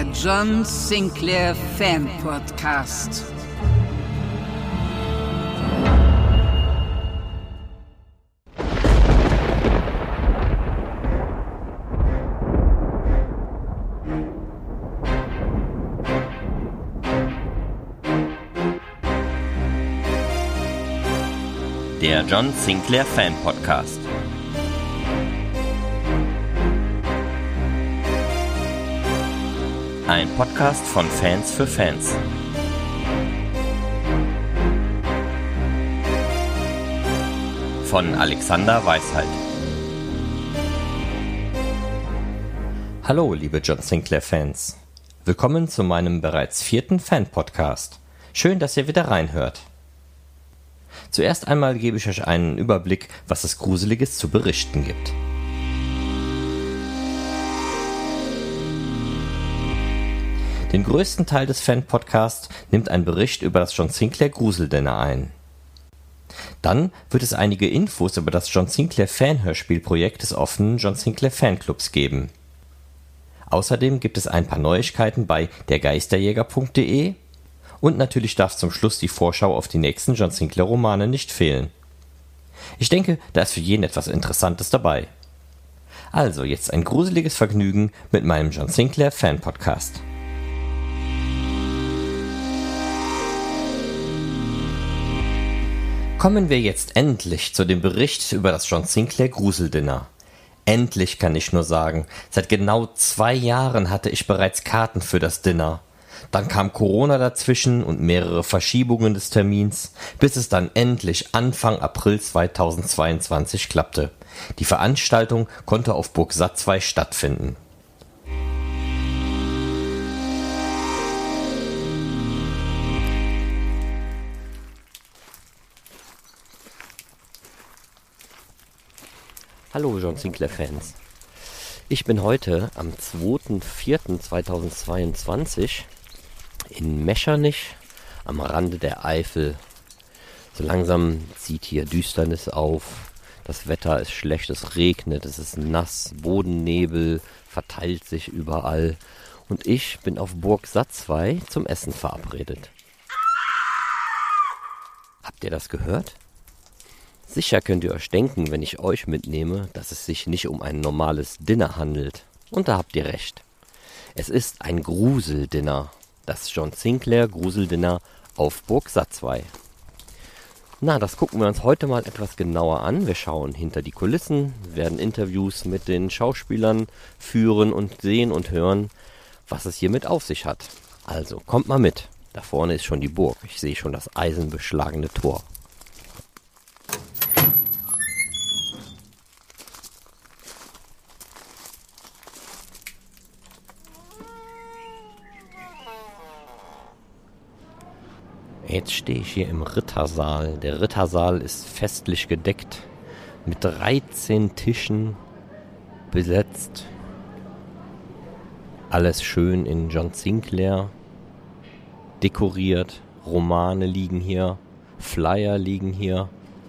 Der John Sinclair Fan Podcast. Der John Sinclair Fan Podcast. Ein Podcast von Fans für Fans. Von Alexander Weisheit. Hallo, liebe John Sinclair Fans. Willkommen zu meinem bereits 4. Fan-Podcast. Schön, dass ihr wieder reinhört. Zuerst einmal gebe ich euch einen Überblick, was es Gruseliges zu berichten gibt. Den größten Teil des Fan-Podcasts nimmt ein Bericht über das John Sinclair Gruseldinner ein. Dann wird es einige Infos über das John Sinclair Fan-Hörspielprojekt des offenen John Sinclair Fanclubs geben. Außerdem gibt es ein paar Neuigkeiten bei dergeisterjäger.de und natürlich darf zum Schluss die Vorschau auf die nächsten John Sinclair Romane nicht fehlen. Ich denke, da ist für jeden etwas Interessantes dabei. Also jetzt ein gruseliges Vergnügen mit meinem John Sinclair Fan-Podcast. Kommen wir jetzt endlich zu dem Bericht über das John Sinclair Gruseldinner. Endlich kann ich nur sagen, seit genau 2 Jahren hatte ich bereits Karten für das Dinner. Dann kam Corona dazwischen und mehrere Verschiebungen des Termins, bis es dann endlich Anfang April 2022 klappte. Die Veranstaltung konnte auf Burg Satzwey stattfinden. Hallo John Sinclair Fans. Ich bin heute am 2.4.2022 in Meschernich am Rande der Eifel. So langsam zieht hier Düsternis auf. Das Wetter ist schlecht, es regnet, es ist nass, Bodennebel verteilt sich überall. Und ich bin auf Burg Satzwey zum Essen verabredet. Habt ihr das gehört? Sicher könnt ihr euch denken, wenn ich euch mitnehme, dass es sich nicht um ein normales Dinner handelt. Und da habt ihr recht. Es ist ein Gruseldinner. Das John Sinclair Gruseldinner auf Burg Satzwey. Na, das gucken wir uns heute mal etwas genauer an. Wir schauen hinter die Kulissen, werden Interviews mit den Schauspielern führen und sehen und hören, was es hiermit auf sich hat. Also, kommt mal mit. Da vorne ist schon die Burg. Ich sehe schon das eisenbeschlagene Tor. Jetzt stehe ich hier im Rittersaal. Der Rittersaal ist festlich gedeckt, mit 13 Tischen besetzt. Alles schön in John Sinclair dekoriert. Romane liegen hier, Flyer liegen hier,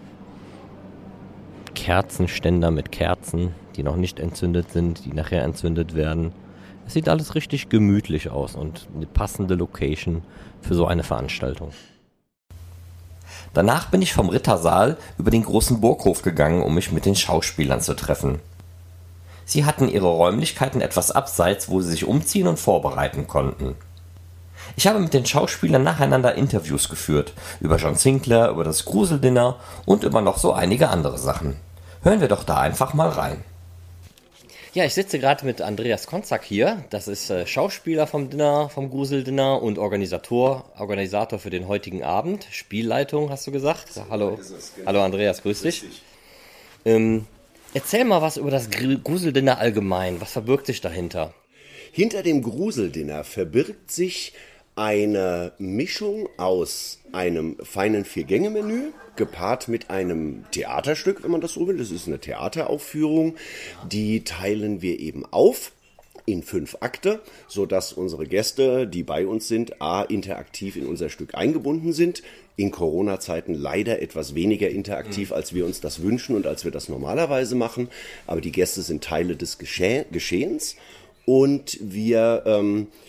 Kerzenständer mit Kerzen, die noch nicht entzündet sind, die nachher entzündet werden. Es sieht alles richtig gemütlich aus und eine passende Location für so eine Veranstaltung. Danach bin ich vom Rittersaal über den großen Burghof gegangen, um mich mit den Schauspielern zu treffen. Sie hatten ihre Räumlichkeiten etwas abseits, wo sie sich umziehen und vorbereiten konnten. Ich habe mit den Schauspielern nacheinander Interviews geführt, über John Sinclair, über das Gruseldinner und über noch so einige andere Sachen. Hören wir doch da einfach mal rein. Ja, ich sitze gerade mit Andreas Konzak hier. Das ist Schauspieler vom Dinner, vom Gruseldinner und Organisator für den heutigen Abend. Spielleitung, hast du gesagt? Hallo, hallo Andreas, grüß dich. Erzähl mal was über das Gruseldinner allgemein. Was verbirgt sich dahinter? Hinter dem Gruseldinner verbirgt sich eine Mischung aus einem feinen 4-Gänge-Menü, gepaart mit einem Theaterstück, wenn man das so will. Das ist eine Theateraufführung. Die teilen wir eben auf in 5 Akte, sodass unsere Gäste, die bei uns sind, interaktiv in unser Stück eingebunden sind. In Corona-Zeiten leider etwas weniger interaktiv, als wir uns das wünschen und als wir das normalerweise machen. Aber die Gäste sind Teile des Geschehens und wir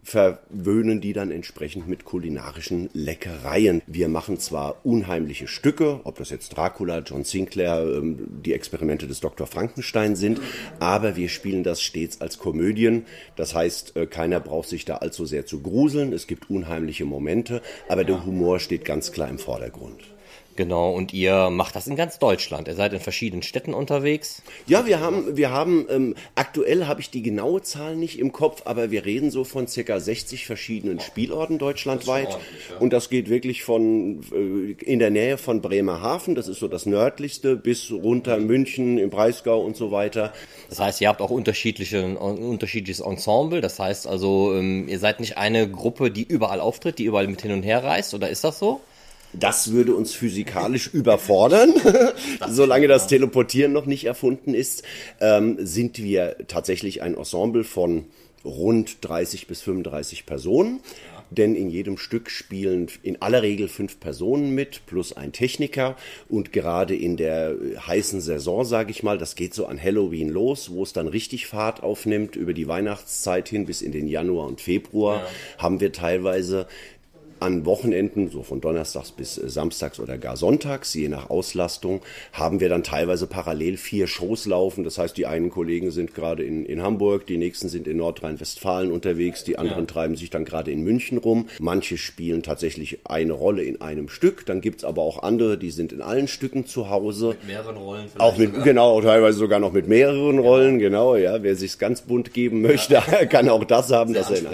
verwöhnen die dann entsprechend mit kulinarischen Leckereien. Wir machen zwar unheimliche Stücke, ob das jetzt Dracula, John Sinclair, die Experimente des Dr. Frankenstein sind, aber wir spielen das stets als Komödien. Das heißt, keiner braucht sich da allzu sehr zu gruseln. Es gibt unheimliche Momente, aber der Humor steht ganz klar im Vordergrund. Genau, und ihr macht das in ganz Deutschland. Ihr seid in verschiedenen Städten unterwegs. Ja, wir haben aktuell habe ich die genaue Zahl nicht im Kopf, aber wir reden so von circa 60 verschiedenen Spielorten deutschlandweit. Das und das geht wirklich von in der Nähe von Bremerhaven, das ist so das nördlichste, bis runter München, im Breisgau und so weiter. Das heißt, ihr habt auch ein unterschiedliches Ensemble. Das heißt also, ihr seid nicht eine Gruppe, die überall auftritt, die überall mit hin und her reist, oder ist das so? Das würde uns physikalisch überfordern. Solange das Teleportieren noch nicht erfunden ist, sind wir tatsächlich ein Ensemble von rund 30 bis 35 Personen. Denn in jedem Stück spielen in aller Regel 5 Personen mit, plus ein Techniker. Und gerade in der heißen Saison, sage ich mal, das geht so an Halloween los, wo es dann richtig Fahrt aufnimmt, über die Weihnachtszeit hin bis in den Januar und Februar, haben wir teilweise an Wochenenden, so von Donnerstags bis Samstags oder gar Sonntags, je nach Auslastung, haben wir dann teilweise parallel 4 Shows laufen. Das heißt, die einen Kollegen sind gerade in Hamburg, die nächsten sind in Nordrhein-Westfalen unterwegs, die anderen treiben sich dann gerade in München rum. Manche spielen tatsächlich eine Rolle in einem Stück, dann gibt's aber auch andere, die sind in allen Stücken zu Hause. Mit mehreren Rollen vielleicht. Auch mit, genau, teilweise sogar noch mit mehreren Rollen, genau, ja. Wer sich's ganz bunt geben möchte, kann auch das haben. Dass er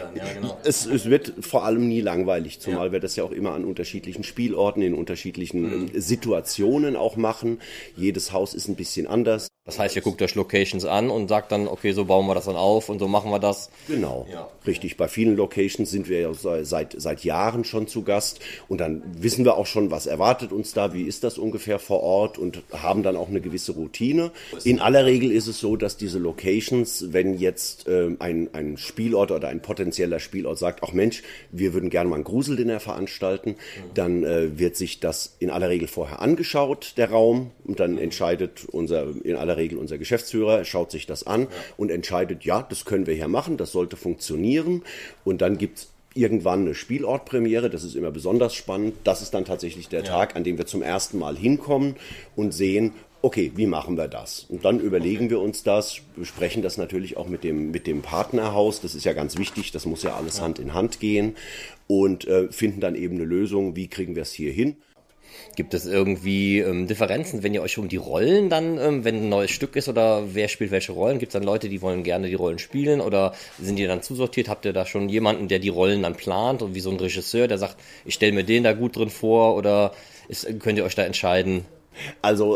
es wird vor allem nie langweilig. Zumal wir das ja auch immer an unterschiedlichen Spielorten, in unterschiedlichen Situationen auch machen. Jedes Haus ist ein bisschen anders. Das heißt, ihr guckt euch Locations an und sagt dann, okay, so bauen wir das dann auf und so machen wir das. Genau, richtig. Bei vielen Locations sind wir ja seit Jahren schon zu Gast und dann wissen wir auch schon, was erwartet uns da, wie ist das ungefähr vor Ort und haben dann auch eine gewisse Routine. In aller Regel ist es so, dass diese Locations, wenn jetzt ein Spielort oder ein potenzieller Spielort sagt, ach Mensch, wir würden gerne mal ein Gruseldinner veranstalten, dann wird sich das in aller Regel vorher angeschaut, der Raum, und dann entscheidet in aller Regel unser Geschäftsführer, schaut sich das an und entscheidet, ja, das können wir hier machen, das sollte funktionieren, und dann gibt's irgendwann eine Spielortpremiere, das ist immer besonders spannend. Das ist dann tatsächlich der Tag, an dem wir zum ersten Mal hinkommen und sehen, okay, wie machen wir das? Und dann überlegen wir uns das, besprechen das natürlich auch mit dem Partnerhaus, das ist ja ganz wichtig, das muss ja alles Hand in Hand gehen, und finden dann eben eine Lösung, wie kriegen wir es hier hin. Gibt es irgendwie Differenzen, wenn ihr euch um die Rollen dann, wenn ein neues Stück ist, oder wer spielt welche Rollen? Gibt es dann Leute, die wollen gerne die Rollen spielen, oder sind die dann zusortiert? Habt ihr da schon jemanden, der die Rollen dann plant, und wie so ein Regisseur, der sagt, ich stelle mir den da gut drin vor, oder könnt ihr euch da entscheiden? Also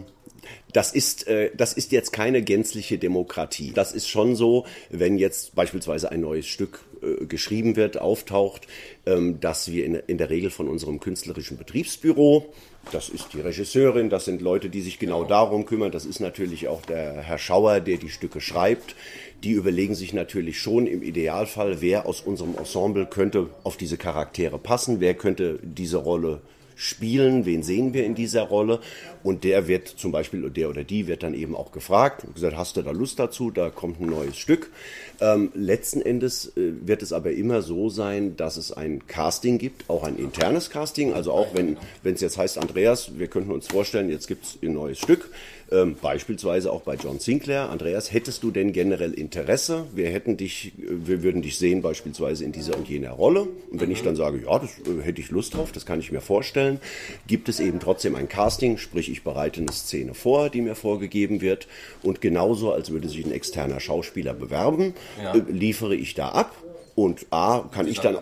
das ist jetzt keine gänzliche Demokratie. Das ist schon so, wenn jetzt beispielsweise ein neues Stück geschrieben wird, auftaucht, dass wir in der Regel von unserem künstlerischen Betriebsbüro, das ist die Regisseurin, das sind Leute, die sich genau darum kümmern, das ist natürlich auch der Herr Schauer, der die Stücke schreibt, die überlegen sich natürlich schon im Idealfall, wer aus unserem Ensemble könnte auf diese Charaktere passen, wer könnte diese Rolle spielen, wen sehen wir in dieser Rolle, und der wird zum Beispiel, der oder die wird dann eben auch gefragt und gesagt, hast du da Lust dazu, da kommt ein neues Stück. Letzten Endes wird es aber immer so sein, dass es ein Casting gibt, auch ein internes Casting, also auch wenn es jetzt heißt, Andreas, wir könnten uns vorstellen, jetzt gibt es ein neues Stück, beispielsweise auch bei John Sinclair. Andreas, hättest du denn generell Interesse? Wir würden dich sehen beispielsweise in dieser und jener Rolle. Und wenn ich dann sage, ja, das hätte ich Lust drauf, das kann ich mir vorstellen, gibt es eben trotzdem ein Casting, sprich ich bereite eine Szene vor, die mir vorgegeben wird, und genauso, als würde sich ein externer Schauspieler bewerben, liefere ich da ab. Und kann ich dann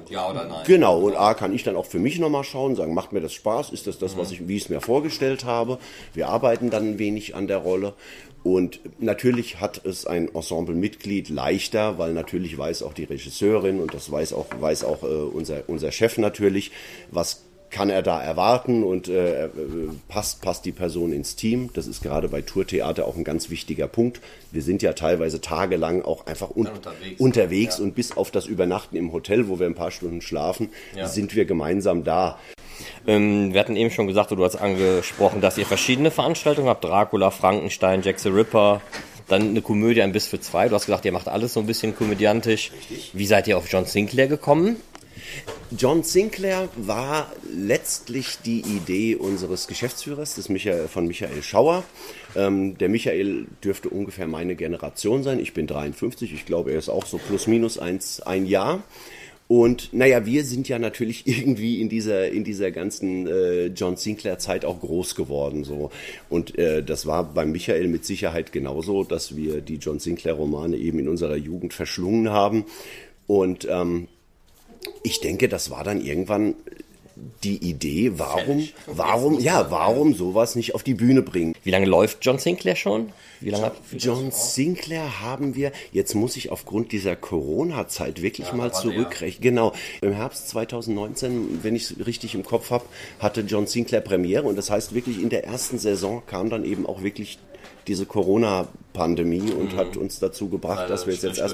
auch für mich nochmal schauen, sagen, macht mir das Spaß, ist das wie ich es mir vorgestellt habe. Wir arbeiten dann ein wenig an der Rolle. Und natürlich hat es ein Ensemblemitglied leichter, weil natürlich weiß auch die Regisseurin, und das weiß auch unser Chef natürlich, was kann er da erwarten, und passt die Person ins Team. Das ist gerade bei Tourtheater auch ein ganz wichtiger Punkt. Wir sind ja teilweise tagelang auch einfach unterwegs und bis auf das Übernachten im Hotel, wo wir ein paar Stunden schlafen, sind wir gemeinsam da. Wir hatten eben schon gesagt, du hast angesprochen, dass ihr verschiedene Veranstaltungen habt. Dracula, Frankenstein, Jack the Ripper. Dann eine Komödie, Ein Biss für zwei. Du hast gesagt, ihr macht alles so ein bisschen komödiantisch. Richtig. Wie seid ihr auf John Sinclair gekommen? John Sinclair war letztlich die Idee unseres Geschäftsführers, von Michael Schauer. Der Michael dürfte ungefähr meine Generation sein. Ich bin 53, ich glaube, er ist auch so plus minus ein Jahr. Und naja, wir sind ja natürlich irgendwie in dieser ganzen John Sinclair-Zeit auch groß geworden. So. Und das war beim Michael mit Sicherheit genauso, dass wir die John Sinclair-Romane eben in unserer Jugend verschlungen haben. Und ich denke, das war dann irgendwann die Idee, warum sowas nicht auf die Bühne bringen. Wie lange läuft John Sinclair schon? John Sinclair haben wir, jetzt muss ich aufgrund dieser Corona-Zeit wirklich mal zurückrechnen. Genau, im Herbst 2019, wenn ich es richtig im Kopf habe, hatte John Sinclair Premiere und das heißt wirklich in der ersten Saison kam dann eben auch wirklich diese Corona-Pandemie und hat uns dazu gebracht, dass wir jetzt das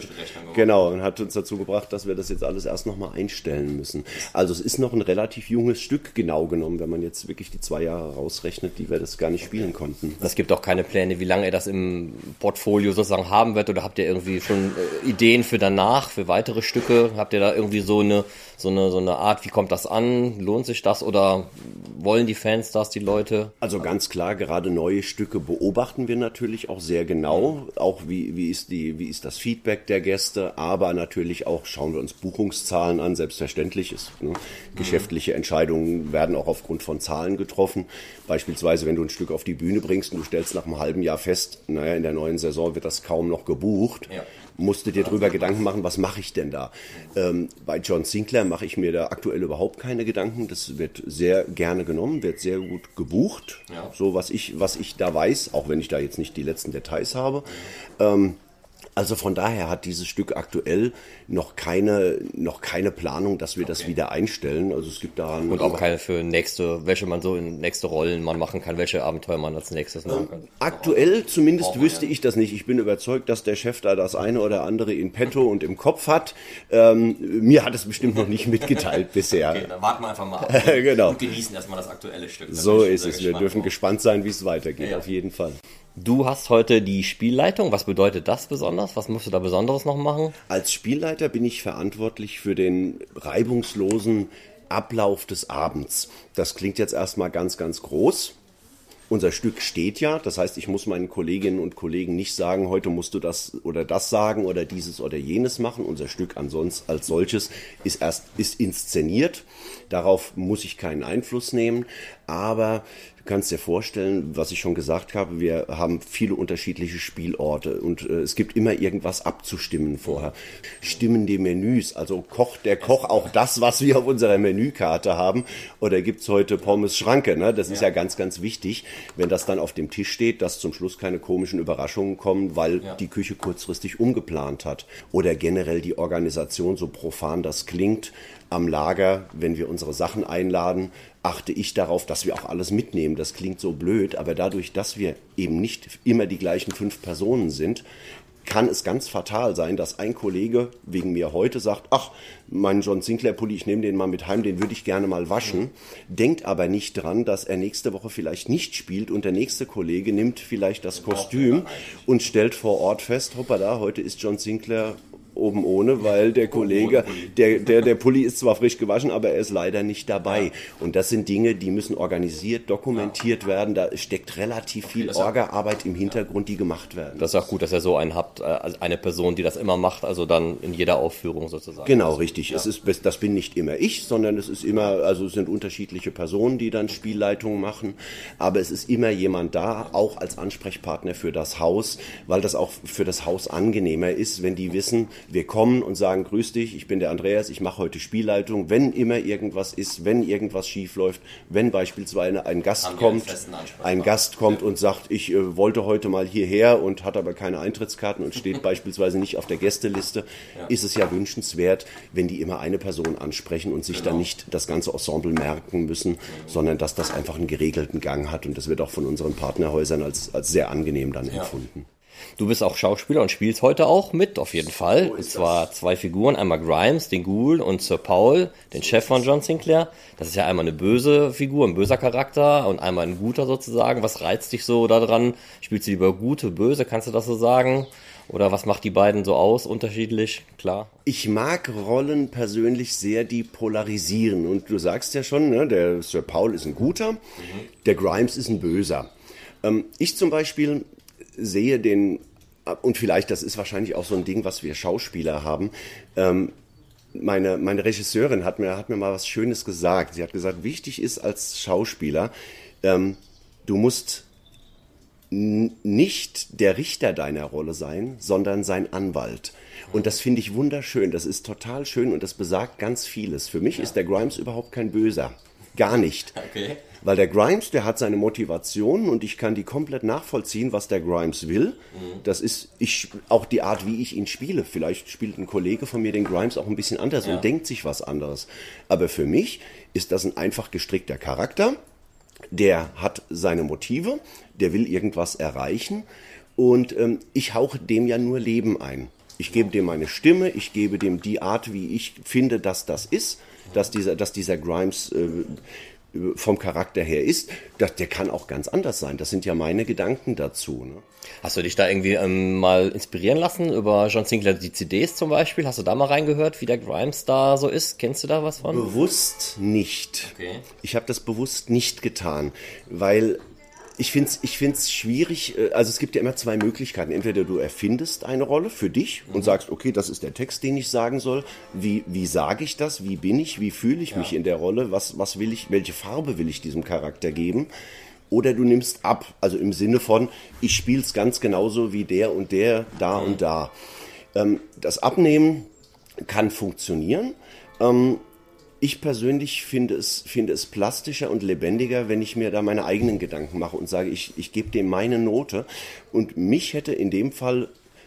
jetzt alles erst nochmal einstellen müssen. Also es ist noch ein relativ junges Stück, genau genommen, wenn man jetzt wirklich die 2 Jahre rausrechnet, die wir das gar nicht spielen konnten. Es gibt auch keine Pläne, wie lange ihr das im Portfolio sozusagen haben wird, oder habt ihr irgendwie schon Ideen für danach, für weitere Stücke? Habt ihr da irgendwie so eine Art, wie kommt das an? Lohnt sich das oder wollen die Fans das, die Leute? Also ganz klar, gerade neue Stücke beobachten wir natürlich auch sehr genau, auch wie ist das Feedback der Gäste, aber natürlich auch schauen wir uns Buchungszahlen an, selbstverständlich geschäftliche Entscheidungen werden auch aufgrund von Zahlen getroffen, beispielsweise wenn du ein Stück auf die Bühne bringst und du stellst nach einem halben Jahr fest, naja, in der neuen Saison wird das kaum noch gebucht, musst du dir drüber Gedanken machen, was mache ich denn da? Bei John Sinclair mache ich mir da aktuell überhaupt keine Gedanken, das wird sehr gerne genommen, wird sehr gut gebucht, so was ich da weiß, auch wenn ich da jetzt nicht die letzten Details habe. Also von daher hat dieses Stück aktuell noch keine Planung, dass wir das wieder einstellen. Also es gibt daran... Und auch keine für welche man so in nächste Rollen man machen kann, welche Abenteuer man als nächstes machen kann. Aktuell zumindest wüsste ich das nicht. Ich bin überzeugt, dass der Chef da das eine oder andere in petto und im Kopf hat. Mir hat es bestimmt noch nicht mitgeteilt bisher. Okay, dann warten wir einfach mal ab und genießen erstmal das aktuelle Stück. So ist es. Wir dürfen gespannt sein, wie es weitergeht, auf jeden Fall. Du hast heute die Spielleitung. Was bedeutet das besonders? Was musst du da Besonderes noch machen? Als Spielleiter bin ich verantwortlich für den reibungslosen Ablauf des Abends. Das klingt jetzt erstmal ganz, ganz groß. Unser Stück steht ja, das heißt, ich muss meinen Kolleginnen und Kollegen nicht sagen, heute musst du das oder das sagen oder dieses oder jenes machen. Unser Stück ansonsten als solches ist inszeniert. Darauf muss ich keinen Einfluss nehmen, aber du kannst dir vorstellen, was ich schon gesagt habe, wir haben viele unterschiedliche Spielorte und es gibt immer irgendwas abzustimmen vorher. Stimmen die Menüs, also kocht der Koch auch das, was wir auf unserer Menükarte haben, oder gibt's heute Pommes Schranke, ne? Das ist ja ganz, ganz wichtig, wenn das dann auf dem Tisch steht, dass zum Schluss keine komischen Überraschungen kommen, weil die Küche kurzfristig umgeplant hat. Oder generell die Organisation, so profan das klingt, am Lager, wenn wir unsere Sachen einladen, achte ich darauf, dass wir auch alles mitnehmen. Das klingt so blöd, aber dadurch, dass wir eben nicht immer die gleichen 5 Personen sind, kann es ganz fatal sein, dass ein Kollege wegen mir heute sagt, ach, meinen John Sinclair Pulli, ich nehme den mal mit heim, den würde ich gerne mal waschen, denkt aber nicht dran, dass er nächste Woche vielleicht nicht spielt und der nächste Kollege nimmt vielleicht das Kostüm und stellt vor Ort fest, hoppala, heute ist John Sinclair oben ohne, weil der Kollege, der Pulli ist zwar frisch gewaschen, aber er ist leider nicht dabei. Und das sind Dinge, die müssen organisiert, dokumentiert werden. Da steckt relativ viel Orga-Arbeit im Hintergrund, die gemacht werden. Das ist auch gut, dass ihr so einen habt, also eine Person, die das immer macht, also dann in jeder Aufführung sozusagen. Genau, richtig. Ja. Das bin nicht immer ich, sondern es sind unterschiedliche Personen, die dann Spielleitungen machen. Aber es ist immer jemand da, auch als Ansprechpartner für das Haus, weil das auch für das Haus angenehmer ist, wenn die wissen, wir kommen und sagen, grüß dich, ich bin der Andreas, ich mache heute Spielleitung. Wenn immer irgendwas ist, wenn irgendwas schief läuft, wenn beispielsweise ein Gast kommt und sagt, ich wollte heute mal hierher und hat aber keine Eintrittskarten und steht beispielsweise nicht auf der Gästeliste, ist es ja wünschenswert, wenn die immer eine Person ansprechen und sich dann nicht das ganze Ensemble merken müssen, sondern dass das einfach einen geregelten Gang hat. Und das wird auch von unseren Partnerhäusern als sehr angenehm dann empfunden. Du bist auch Schauspieler und spielst heute auch mit, auf jeden Fall. Und zwar 2 Figuren, einmal Grimes, den Ghoul, und Sir Paul, den Chef von John Sinclair. Das ist ja einmal eine böse Figur, ein böser Charakter und einmal ein guter sozusagen. Was reizt dich so daran? Spielst du lieber gute, böse, kannst du das so sagen? Oder was macht die beiden so aus, unterschiedlich? Klar. Ich mag Rollen persönlich sehr, die polarisieren. Und du sagst ja schon, ne, der Sir Paul ist ein guter, der Grimes ist ein böser. Ich zum Beispiel sehe den, und vielleicht das ist wahrscheinlich auch so ein Ding, was wir Schauspieler haben, meine Regisseurin hat mir mal was Schönes gesagt. Sie hat gesagt, wichtig ist als Schauspieler, du musst nicht der Richter deiner Rolle sein, sondern sein Anwalt. Und das finde ich wunderschön, das ist total schön und das besagt ganz vieles. Für mich ist der Grimes überhaupt kein Böser. Gar nicht. Okay. Weil der Grimes, der hat seine Motivationen und ich kann die komplett nachvollziehen, was der Grimes will. Das ist auch die Art, wie ich ihn spiele. Vielleicht spielt ein Kollege von mir den Grimes auch ein bisschen anders und denkt sich was anderes. Aber für mich ist das ein einfach gestrickter Charakter. Der hat seine Motive, der will irgendwas erreichen und ich hauche dem ja nur Leben ein. Ich gebe dem meine Stimme, ich gebe dem die Art, wie ich finde, dass das ist, dass dieser Grimes vom Charakter her ist. Der kann auch ganz anders sein. Das sind ja meine Gedanken dazu. Ne? Hast du dich da irgendwie mal inspirieren lassen über John Sinclair, die CDs zum Beispiel? Hast du da mal reingehört, wie der Grimes da so ist? Kennst du da was von? Bewusst nicht. Okay. Ich habe das bewusst nicht getan, weil ich find's schwierig, also es gibt ja immer 2 Möglichkeiten. Entweder du erfindest eine Rolle für dich und sagst, okay, das ist der Text, den ich sagen soll. Wie sage ich das? Wie bin ich? Wie fühle ich mich in der Rolle? Was will ich? Welche Farbe will ich diesem Charakter geben? Oder du nimmst ab, also im Sinne von, ich spiele es ganz genauso wie der und der, da und da. Das Abnehmen kann funktionieren. Ich persönlich finde es plastischer und lebendiger, wenn ich mir da meine eigenen Gedanken mache und sage, ich gebe dem meine Note. Und mich hätte in dem Fall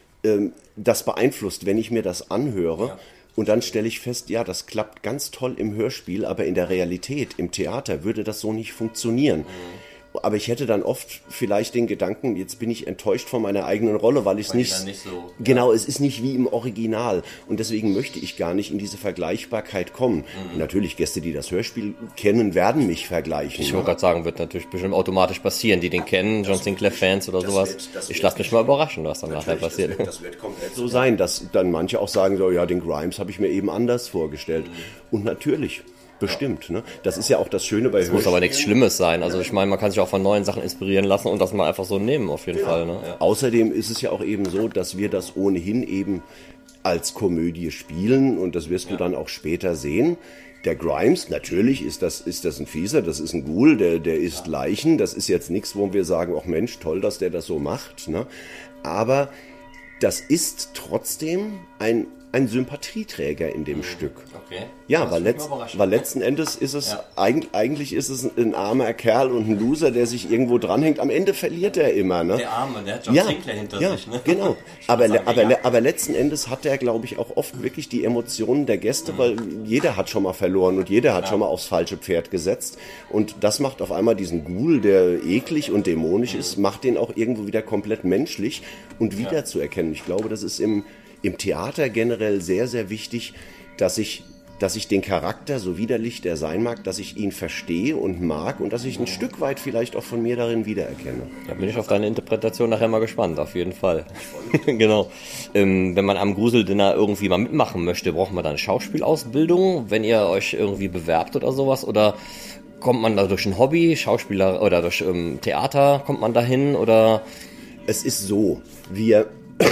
das beeinflusst, wenn ich mir das anhöre. Ja. Und dann stelle ich fest, ja, das klappt ganz toll im Hörspiel, aber in der Realität, im Theater, würde das so nicht funktionieren. Aber ich hätte dann oft vielleicht den Gedanken, jetzt bin ich enttäuscht von meiner eigenen Rolle, weil ich es nicht so, genau, es ist nicht wie im Original und deswegen möchte ich gar nicht in diese Vergleichbarkeit kommen. Natürlich Gäste, die das Hörspiel kennen, werden mich vergleichen. Ich wollte gerade sagen, wird natürlich bestimmt automatisch passieren, die den kennen, John Sinclair Fans oder sowas. Ich lasse mich mal überraschen, was dann nachher passiert. Das wird komplett so sein, dass dann manche auch sagen, so, ja, den Grimes habe ich mir eben anders vorgestellt. Und natürlich. Bestimmt, ne? Das ist ja auch das Schöne bei Hörspielen. Es muss aber nichts Schlimmes sein. Also ich meine, man kann sich auch von neuen Sachen inspirieren lassen und das mal einfach so nehmen, auf jeden Fall. Ne? Ja. Außerdem ist es ja auch eben so, dass wir das ohnehin eben als Komödie spielen und das wirst du dann auch später sehen. Der Grimes, natürlich ist das ein Fieser, das ist ein Ghoul, der isst Leichen. Das ist jetzt nichts, wo wir sagen, ach Mensch, toll, dass der das so macht. Ne? Aber das ist trotzdem ein Sympathieträger in dem Stück. Okay. Ja, weil letzten Endes ist es, eigentlich ist es ein armer Kerl und ein Loser, der sich irgendwo dranhängt. Am Ende verliert er immer. Ne? Der Arme, der hat John Sinclair hinter sich. Ne? Genau. Aber letzten Endes hat er, glaube ich, auch oft wirklich die Emotionen der Gäste, weil jeder hat schon mal verloren und jeder hat schon mal aufs falsche Pferd gesetzt. Und das macht auf einmal diesen Ghoul, der eklig und dämonisch ist, macht den auch irgendwo wieder komplett menschlich und wiederzuerkennen. Ich glaube, das ist im Theater generell sehr, sehr wichtig, dass ich den Charakter, so widerlich der sein mag, dass ich ihn verstehe und mag und dass ich ein Stück weit vielleicht auch von mir darin wiedererkenne. Da bin ich auf deine Interpretation nachher mal gespannt, auf jeden Fall. Genau. Wenn man am Gruseldinner irgendwie mal mitmachen möchte, braucht man dann eine Schauspielausbildung, wenn ihr euch irgendwie bewerbt oder sowas? Oder kommt man da durch ein Hobby, Schauspieler oder durch Theater, kommt man da hin? Oder? Es ist so, wir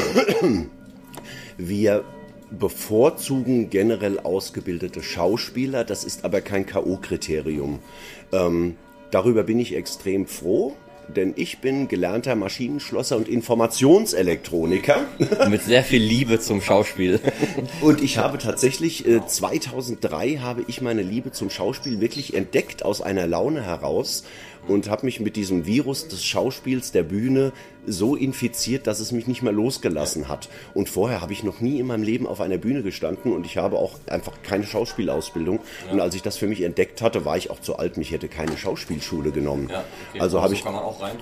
bevorzugen generell ausgebildete Schauspieler, das ist aber kein K.O.-Kriterium. Darüber bin ich extrem froh, denn ich bin gelernter Maschinenschlosser und Informationselektroniker. Mit sehr viel Liebe zum Schauspiel. Und ich habe tatsächlich, 2003 habe ich meine Liebe zum Schauspiel wirklich entdeckt aus einer Laune heraus und habe mich mit diesem Virus des Schauspiels, der Bühne, so infiziert, dass es mich nicht mehr losgelassen hat. Und vorher habe ich noch nie in meinem Leben auf einer Bühne gestanden und ich habe auch einfach keine Schauspielausbildung. Ja. Und als ich das für mich entdeckt hatte, war ich auch zu alt. Mich hätte keine Schauspielschule genommen. Ja, okay. Also habe ich,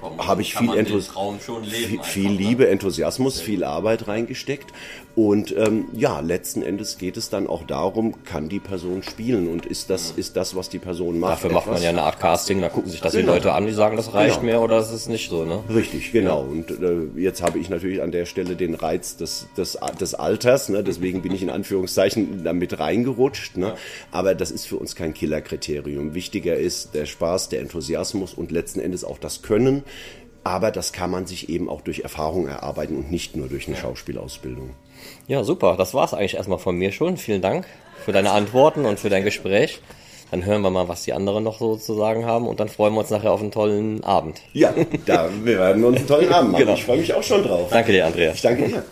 viel Liebe, Enthusiasmus, viel Arbeit reingesteckt. Und letzten Endes geht es dann auch darum, kann die Person spielen und ist das, was die Person macht. Dafür macht man ja eine Art Casting, da gucken sich das die Leute an, die sagen, das reicht mir oder das ist nicht so, ne? Richtig, genau. Und jetzt habe ich natürlich an der Stelle den Reiz des Alters, ne? Deswegen bin ich in Anführungszeichen damit reingerutscht, ne? Aber das ist für uns kein Killerkriterium. Wichtiger ist der Spaß, der Enthusiasmus und letzten Endes auch das Können. Aber das kann man sich eben auch durch Erfahrung erarbeiten und nicht nur durch eine Schauspielausbildung. Ja, super. Das war's eigentlich erstmal von mir schon. Vielen Dank für deine Antworten und für dein Gespräch. Dann hören wir mal, was die anderen noch so zu sagen haben und dann freuen wir uns nachher auf einen tollen Abend. Ja, wir werden uns einen tollen Abend machen. Genau. Ich freue mich auch schon drauf. Danke dir, Andreas. Ich danke dir.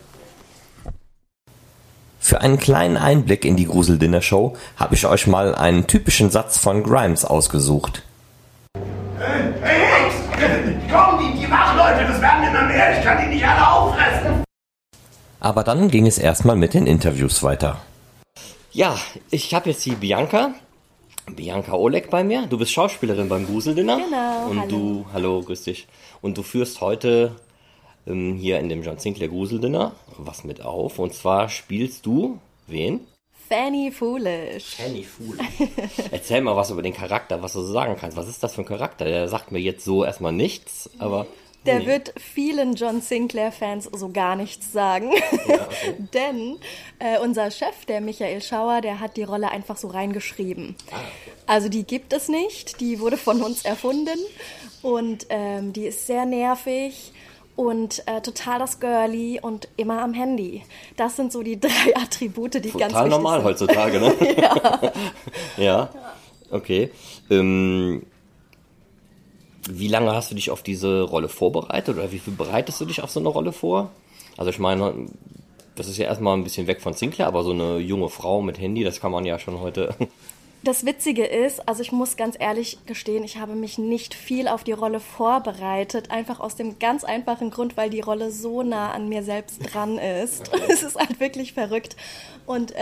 Für einen kleinen Einblick in die Grusel-Dinner-Show habe ich euch mal einen typischen Satz von Grimes ausgesucht. Hey, komm, die Wachleute, das werden immer mehr, ich kann die nicht alle auffressen. Aber dann ging es erstmal mit den Interviews weiter. Ja, ich habe jetzt die Bianca Oleg bei mir. Du bist Schauspielerin beim Grusel-Dinner. Genau, und hallo, grüß dich. Und du führst heute hier in dem John Sinclair Grusel-Dinner was mit auf. Und zwar spielst du wen? Fanny Foolish. Fanny Foolish. Erzähl mal was über den Charakter, was du so sagen kannst. Was ist das für ein Charakter? Der sagt mir jetzt so erstmal nichts, aber... Der wird vielen John Sinclair-Fans so gar nichts sagen. Ja, okay. Denn unser Chef, der Michael Schauer, der hat die Rolle einfach so reingeschrieben. Ah, okay. Also die gibt es nicht, die wurde von uns erfunden und die ist sehr nervig und total das Girly und immer am Handy. Das sind so die 3 Attribute, die total ganz wichtig sind. Total normal heutzutage, ne? Ja. Ja, okay. Wie lange hast du dich auf diese Rolle vorbereitet oder wie viel bereitest du dich auf so eine Rolle vor? Also ich meine, das ist ja erstmal ein bisschen weg von Sinclair, aber so eine junge Frau mit Handy, das kann man ja schon heute... Das Witzige ist, also ich muss ganz ehrlich gestehen, ich habe mich nicht viel auf die Rolle vorbereitet, einfach aus dem ganz einfachen Grund, weil die Rolle so nah an mir selbst dran ist. Okay. Es ist halt wirklich verrückt. Und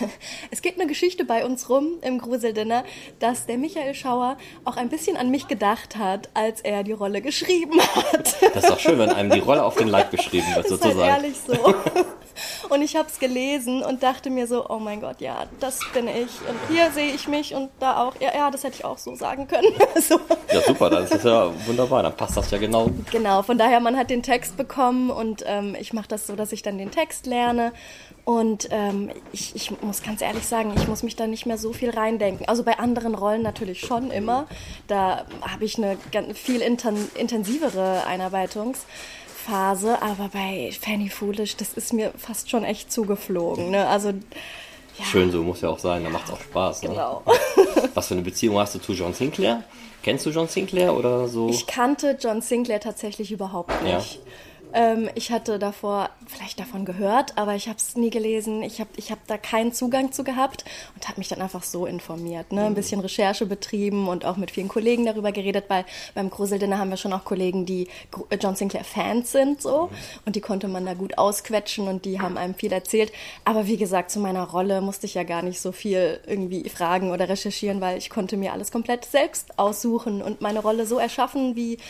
es geht eine Geschichte bei uns rum im Grusel-Dinner, dass der Michael Schauer auch ein bisschen an mich gedacht hat, als er die Rolle geschrieben hat. Das ist doch schön, wenn einem die Rolle auf den Leib geschrieben wird, das sozusagen. Das ist halt ehrlich so. Und ich habe es gelesen und dachte mir so, oh mein Gott, ja, das bin ich. Und hier sehe ich mich und da auch. Ja, das hätte ich auch so sagen können. So. Ja, super, das ist ja wunderbar, dann passt das ja genau. Genau, von daher, man hat den Text bekommen und ich mache das so, dass ich dann den Text lerne. Und ich muss ganz ehrlich sagen, ich muss mich da nicht mehr so viel reindenken. Also bei anderen Rollen natürlich schon immer. Da habe ich eine viel intensivere Einarbeitungsphase. Aber bei Fanny Foolish, das ist mir fast schon echt zugeflogen. Ne? Also, ja. Schön, so muss ja auch sein, da macht es auch Spaß. Genau. Ne? Was für eine Beziehung hast du zu John Sinclair? Kennst du John Sinclair oder so? Ich kannte John Sinclair tatsächlich überhaupt nicht. Ja. Ich hatte vielleicht davon gehört, aber ich habe es nie gelesen. Ich hab da keinen Zugang zu gehabt und habe mich dann einfach so informiert. Ne? Ein bisschen Recherche betrieben und auch mit vielen Kollegen darüber geredet, weil beim Grusel-Dinner haben wir schon auch Kollegen, die John Sinclair-Fans sind so und die konnte man da gut ausquetschen und die haben einem viel erzählt. Aber wie gesagt, zu meiner Rolle musste ich ja gar nicht so viel irgendwie fragen oder recherchieren, weil ich konnte mir alles komplett selbst aussuchen und meine Rolle so erschaffen, wie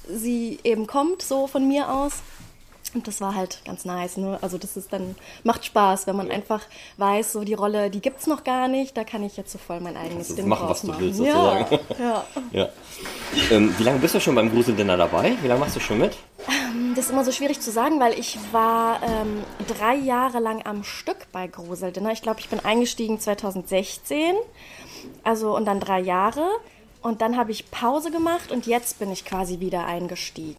sie eben kommt, so von mir aus. Und das war halt ganz nice, ne? Also das ist dann, macht Spaß, wenn man einfach weiß, so die Rolle, die gibt's noch gar nicht, da kann ich jetzt so voll mein eigenes Ding machen, was du willst, sozusagen. Ja. Wie lange bist du schon beim Grusel-Dinner dabei? Wie lange machst du schon mit? Das ist immer so schwierig zu sagen, weil ich war 3 Jahre lang am Stück bei Grusel-Dinner. Ich glaube, ich bin eingestiegen 2016, also und dann 3 Jahre. Und dann habe ich Pause gemacht und jetzt bin ich quasi wieder eingestiegen.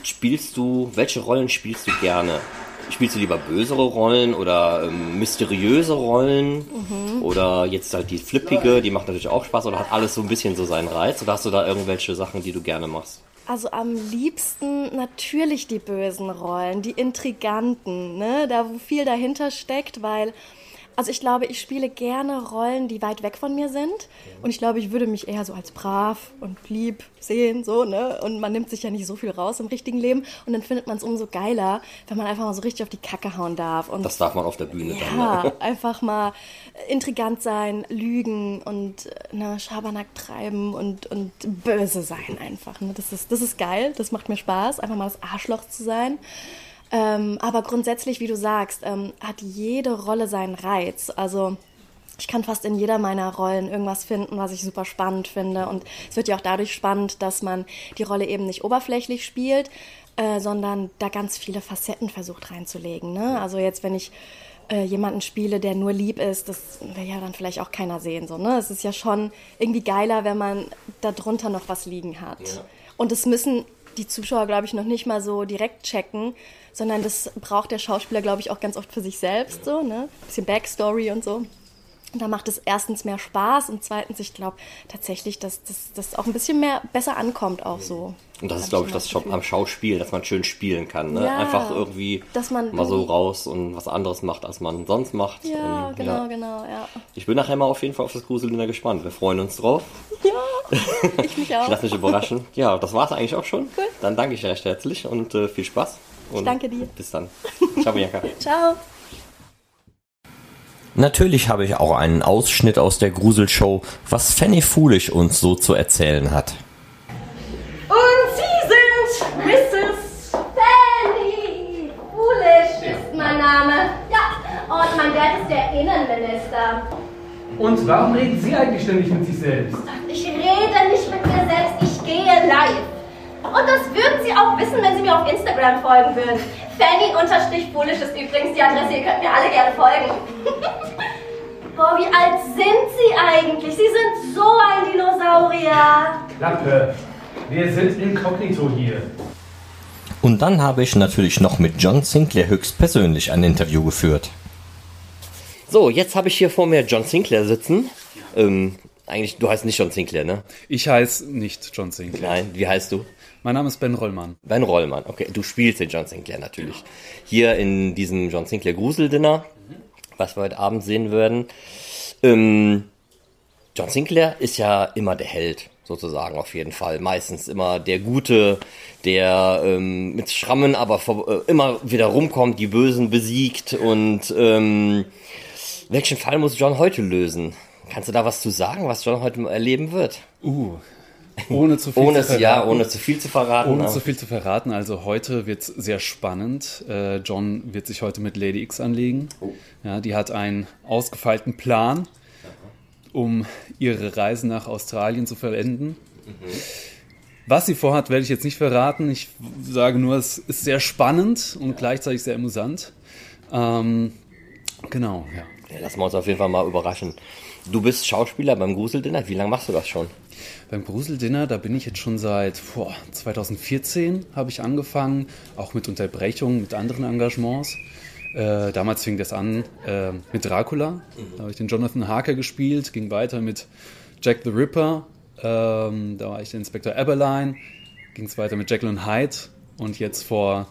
Welche Rollen spielst du gerne? Spielst du lieber bösere Rollen oder mysteriöse Rollen? Oder jetzt halt die flippige, die macht natürlich auch Spaß oder hat alles so ein bisschen so seinen Reiz? Oder hast du da irgendwelche Sachen, die du gerne machst? Also am liebsten natürlich die bösen Rollen, die Intriganten, ne? Da wo viel dahinter steckt, weil Also ich glaube, ich spiele gerne Rollen, die weit weg von mir sind. Und ich glaube, ich würde mich eher so als brav und lieb sehen, so, ne? Und man nimmt sich ja nicht so viel raus im richtigen Leben. Und dann findet man es umso geiler, wenn man einfach mal so richtig auf die Kacke hauen darf. Und Das darf man auf der Bühne dann. ja, Ne? einfach mal intrigant sein, lügen und Schabernack treiben und böse sein einfach. Ne? Das ist geil, das macht mir Spaß, einfach mal das Arschloch zu sein. Aber grundsätzlich, wie du sagst, hat jede Rolle seinen Reiz. Also ich kann fast in jeder meiner Rollen irgendwas finden, was ich super spannend finde. Und es wird ja auch dadurch spannend, dass man die Rolle eben nicht oberflächlich spielt, sondern da ganz viele Facetten versucht reinzulegen. Ne? Also jetzt, wenn ich jemanden spiele, der nur lieb ist, das will ja dann vielleicht auch keiner sehen. So, ne? Es ist ja schon irgendwie geiler, wenn man da drunter noch was liegen hat. Ja. Und das müssen die Zuschauer, glaube ich, noch nicht mal so direkt checken, sondern das braucht der Schauspieler, glaube ich, auch ganz oft für sich selbst. So, ne? Ein bisschen Backstory und so. Und da macht es erstens mehr Spaß und zweitens, ich glaube tatsächlich, dass das auch ein bisschen besser ankommt auch so. Und das ist, glaube ich, das am Schauspiel, dass man schön spielen kann. Ne? Ja, einfach irgendwie dass man mal so raus und was anderes macht, als man sonst macht. Ja, und, genau. Ich bin nachher mal auf jeden Fall auf das Gruseldinner gespannt. Wir freuen uns drauf. Ja, ich mich auch. Ich lasse mich überraschen. Ja, das war es eigentlich auch schon. Cool. Dann danke ich recht herzlich und viel Spaß. Und ich danke dir. Bis dann. Ciao, Bianca. Ciao. Natürlich habe ich auch einen Ausschnitt aus der Gruselshow, was Fanny Foolish uns so zu erzählen hat. Und Sie sind Mrs. Fanny Foolish ist mein Name. Ja, und mein Dad ist der Innenminister. Und warum reden Sie eigentlich ständig mit sich selbst? Ich rede nicht mit mir selbst, ich gehe live. Und das würden Sie auch wissen, wenn Sie mir auf Instagram folgen würden. Fanny_Foolish ist übrigens die Adresse, ihr könnt mir alle gerne folgen. Boah, wie alt sind Sie eigentlich? Sie sind so ein Dinosaurier. Klappe, wir sind inkognito hier. Und dann habe ich natürlich noch mit John Sinclair höchstpersönlich ein Interview geführt. So, jetzt habe ich hier vor mir John Sinclair sitzen. Eigentlich, du heißt nicht John Sinclair, ne? Ich heiße nicht John Sinclair. Nein, wie heißt du? Mein Name ist Ben Rollmann. Ben Rollmann, okay. Du spielst den John Sinclair natürlich. Hier in diesem John Sinclair Gruseldinner, was wir heute Abend sehen werden. John Sinclair ist ja immer der Held, sozusagen, auf jeden Fall. Meistens immer der Gute, der mit Schrammen aber immer wieder rumkommt, die Bösen besiegt. Und welchen Fall muss John heute lösen? Kannst du da was zu sagen, was John heute erleben wird? Ohne zu viel zu verraten. Ja, ohne zu viel zu verraten. Ohne zu viel zu verraten. Also heute wird es sehr spannend. John wird sich heute mit Lady X anlegen. Ja, die hat einen ausgefeilten Plan, um ihre Reise nach Australien zu vollenden. Was sie vorhat, werde ich jetzt nicht verraten. Ich sage nur, es ist sehr spannend und gleichzeitig sehr amüsant. Genau, ja. Ja, lassen wir uns auf jeden Fall mal überraschen. Du bist Schauspieler beim Gruseldinner. Wie lange machst du das schon? Beim Gruseldinner, da bin ich jetzt schon seit 2014 habe ich angefangen, auch mit Unterbrechungen, mit anderen Engagements. Damals fing das an mit Dracula. Da habe ich den Jonathan Harker gespielt, ging weiter mit Jack the Ripper. Da war ich der Inspektor Abberline. Ging es weiter mit Jekyll und Hyde. Und jetzt vor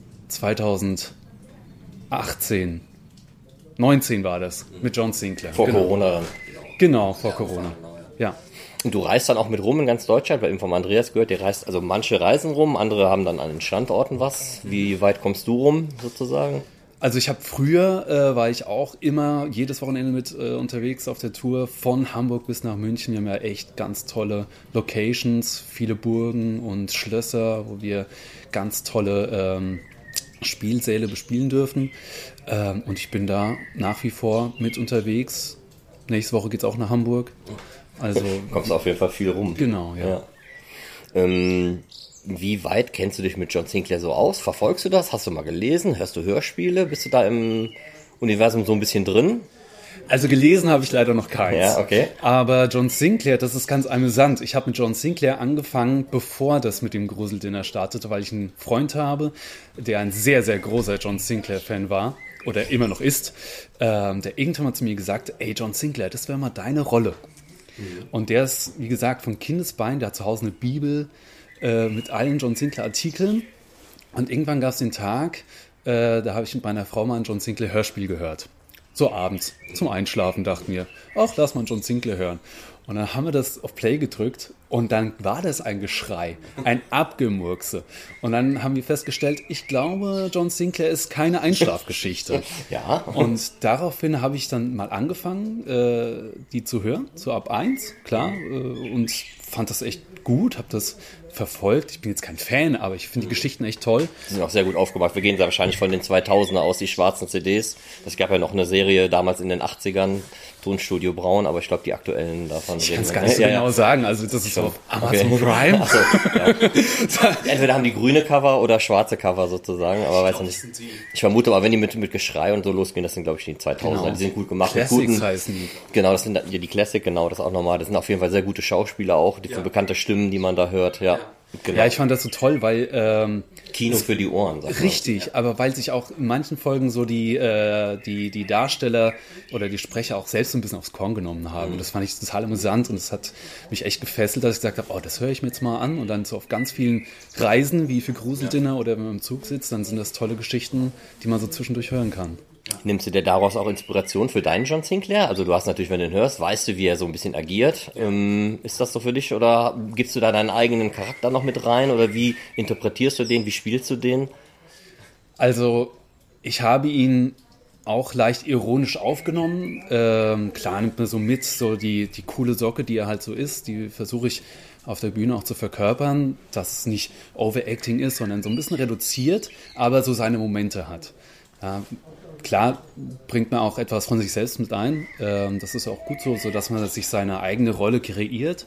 19 war das, mit John Sinclair. Vor Corona. Genau, vor Corona. Ja. Und du reist dann auch mit rum in ganz Deutschland, weil eben vom Andreas gehört, also manche reisen rum, andere haben dann an den Standorten was. Wie weit kommst du rum, sozusagen? Also ich habe früher, war ich auch immer jedes Wochenende mit unterwegs auf der Tour von Hamburg bis nach München. Wir haben ja echt ganz tolle Locations, viele Burgen und Schlösser, wo wir ganz tolle Spielsäle bespielen dürfen. Und ich bin da nach wie vor mit unterwegs. Nächste Woche geht's auch nach Hamburg. Also kommst auf jeden Fall viel rum. Genau, ja. Wie weit kennst du dich mit John Sinclair so aus? Verfolgst du das? Hast du mal gelesen? Hörst du Hörspiele? Bist du da im Universum so ein bisschen drin? Also gelesen habe ich leider noch keins. Ja, okay. Aber John Sinclair, das ist ganz amüsant. Ich habe mit John Sinclair angefangen, bevor das mit dem Gruseldinner startete, weil ich einen Freund habe, der ein sehr, sehr großer John Sinclair-Fan war oder immer noch ist, der irgendwann mal zu mir gesagt, ey John Sinclair, das wäre mal deine Rolle. Und der ist, wie gesagt, von Kindesbein, der hat zu Hause eine Bibel mit allen John Sinclair-Artikeln. Und irgendwann gab es den Tag, da habe ich mit meiner Frau mal ein John Sinclair-Hörspiel gehört. so abends zum Einschlafen dachten wir, ach, lass mal John Sinclair hören. Und dann haben wir das auf Play gedrückt und dann war das ein Geschrei, ein Abgemurkse. Und dann haben wir festgestellt, ich glaube, John Sinclair ist keine Einschlafgeschichte. Ja. Und daraufhin habe ich dann mal angefangen, die zu hören, so ab 1, klar, und fand das echt gut, habe das verfolgt. Ich bin jetzt kein Fan, aber ich finde die Geschichten echt toll. Die sind auch sehr gut aufgemacht. Wir gehen da wahrscheinlich von den 2000er aus, die schwarzen CDs. Es gab ja noch eine Serie damals in den 80ern, Tonstudio Braun, aber ich glaube, die aktuellen davon... Ich kann es gar nicht so genau sagen. Also das ist auf Amazon Prime. Ach so, ja. Entweder haben die grüne Cover oder schwarze Cover sozusagen, aber weiß nicht. Ich vermute aber, wenn die mit Geschrei und so losgehen, das sind, glaube ich, die 2000er. Genau. Die sind gut gemacht. Classics heißen die. Genau, das sind die Classic, genau, das auch nochmal. Das sind auf jeden Fall sehr gute Schauspieler auch, die für bekannte Stimmen, die man da hört, ja. Genau. Ja, ich fand das so toll, weil... Kino für die Ohren. Richtig, aber weil sich auch in manchen Folgen so die Darsteller oder die Sprecher auch selbst ein bisschen aufs Korn genommen haben. Das fand ich total amüsant und es hat mich echt gefesselt, dass ich gesagt habe, oh, das höre ich mir jetzt mal an. Und dann so auf ganz vielen Reisen, wie für Gruseldinner oder wenn man im Zug sitzt, dann sind das tolle Geschichten, die man so zwischendurch hören kann. Nimmst du dir daraus auch Inspiration für deinen John Sinclair? Also du hast natürlich, wenn du ihn hörst, weißt du, wie er so ein bisschen agiert. Ist das so für dich oder gibst du da deinen eigenen Charakter noch mit rein oder wie interpretierst du den, wie spielst du den? Also ich habe ihn auch leicht ironisch aufgenommen. Klar nimmt man so mit, so die coole Socke, die er halt so ist, die versuche ich auf der Bühne auch zu verkörpern, dass es nicht Overacting ist, sondern so ein bisschen reduziert, aber so seine Momente hat. Ja, klar bringt man auch etwas von sich selbst mit ein. Das ist auch gut so, dass man sich seine eigene Rolle kreiert.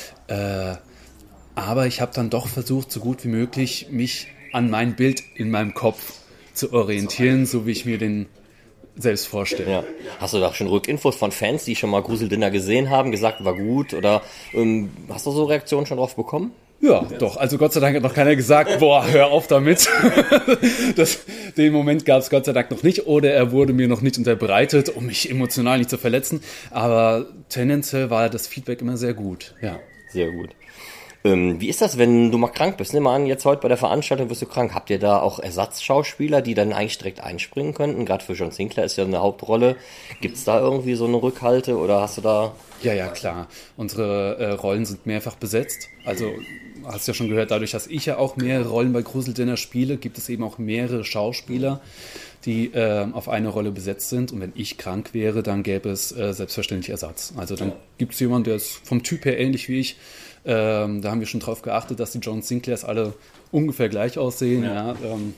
Aber ich habe dann doch versucht, so gut wie möglich, mich an mein Bild in meinem Kopf zu orientieren, so wie ich mir den selbst vorstelle. Ja. Hast du da schon Rückinfos von Fans, die schon mal Gruseldinner gesehen haben, gesagt, war gut? Oder hast du so Reaktionen schon drauf bekommen? Ja, doch. Also Gott sei Dank hat noch keiner gesagt, boah, hör auf damit. Den Moment gab es Gott sei Dank noch nicht. Oder er wurde mir noch nicht unterbreitet, um mich emotional nicht zu verletzen. Aber tendenziell war das Feedback immer sehr gut. Ja. Sehr gut. Wie ist das, wenn du mal krank bist? Nimm mal an, jetzt heute bei der Veranstaltung wirst du krank. Habt ihr da auch Ersatzschauspieler, die dann eigentlich direkt einspringen könnten? Gerade für John Sinclair ist ja eine Hauptrolle. Gibt's da irgendwie so eine Rückhalte oder hast du da... Ja, klar. Unsere Rollen sind mehrfach besetzt. Also hast ja schon gehört, dadurch, dass ich ja auch mehrere Rollen bei Gruseldinner spiele, gibt es eben auch mehrere Schauspieler, die auf eine Rolle besetzt sind. Und wenn ich krank wäre, dann gäbe es selbstverständlich Ersatz. Also dann gibt es jemanden, der ist vom Typ her ähnlich wie ich. Da haben wir schon drauf geachtet, dass die John Sinclairs alle ungefähr gleich aussehen. Ja.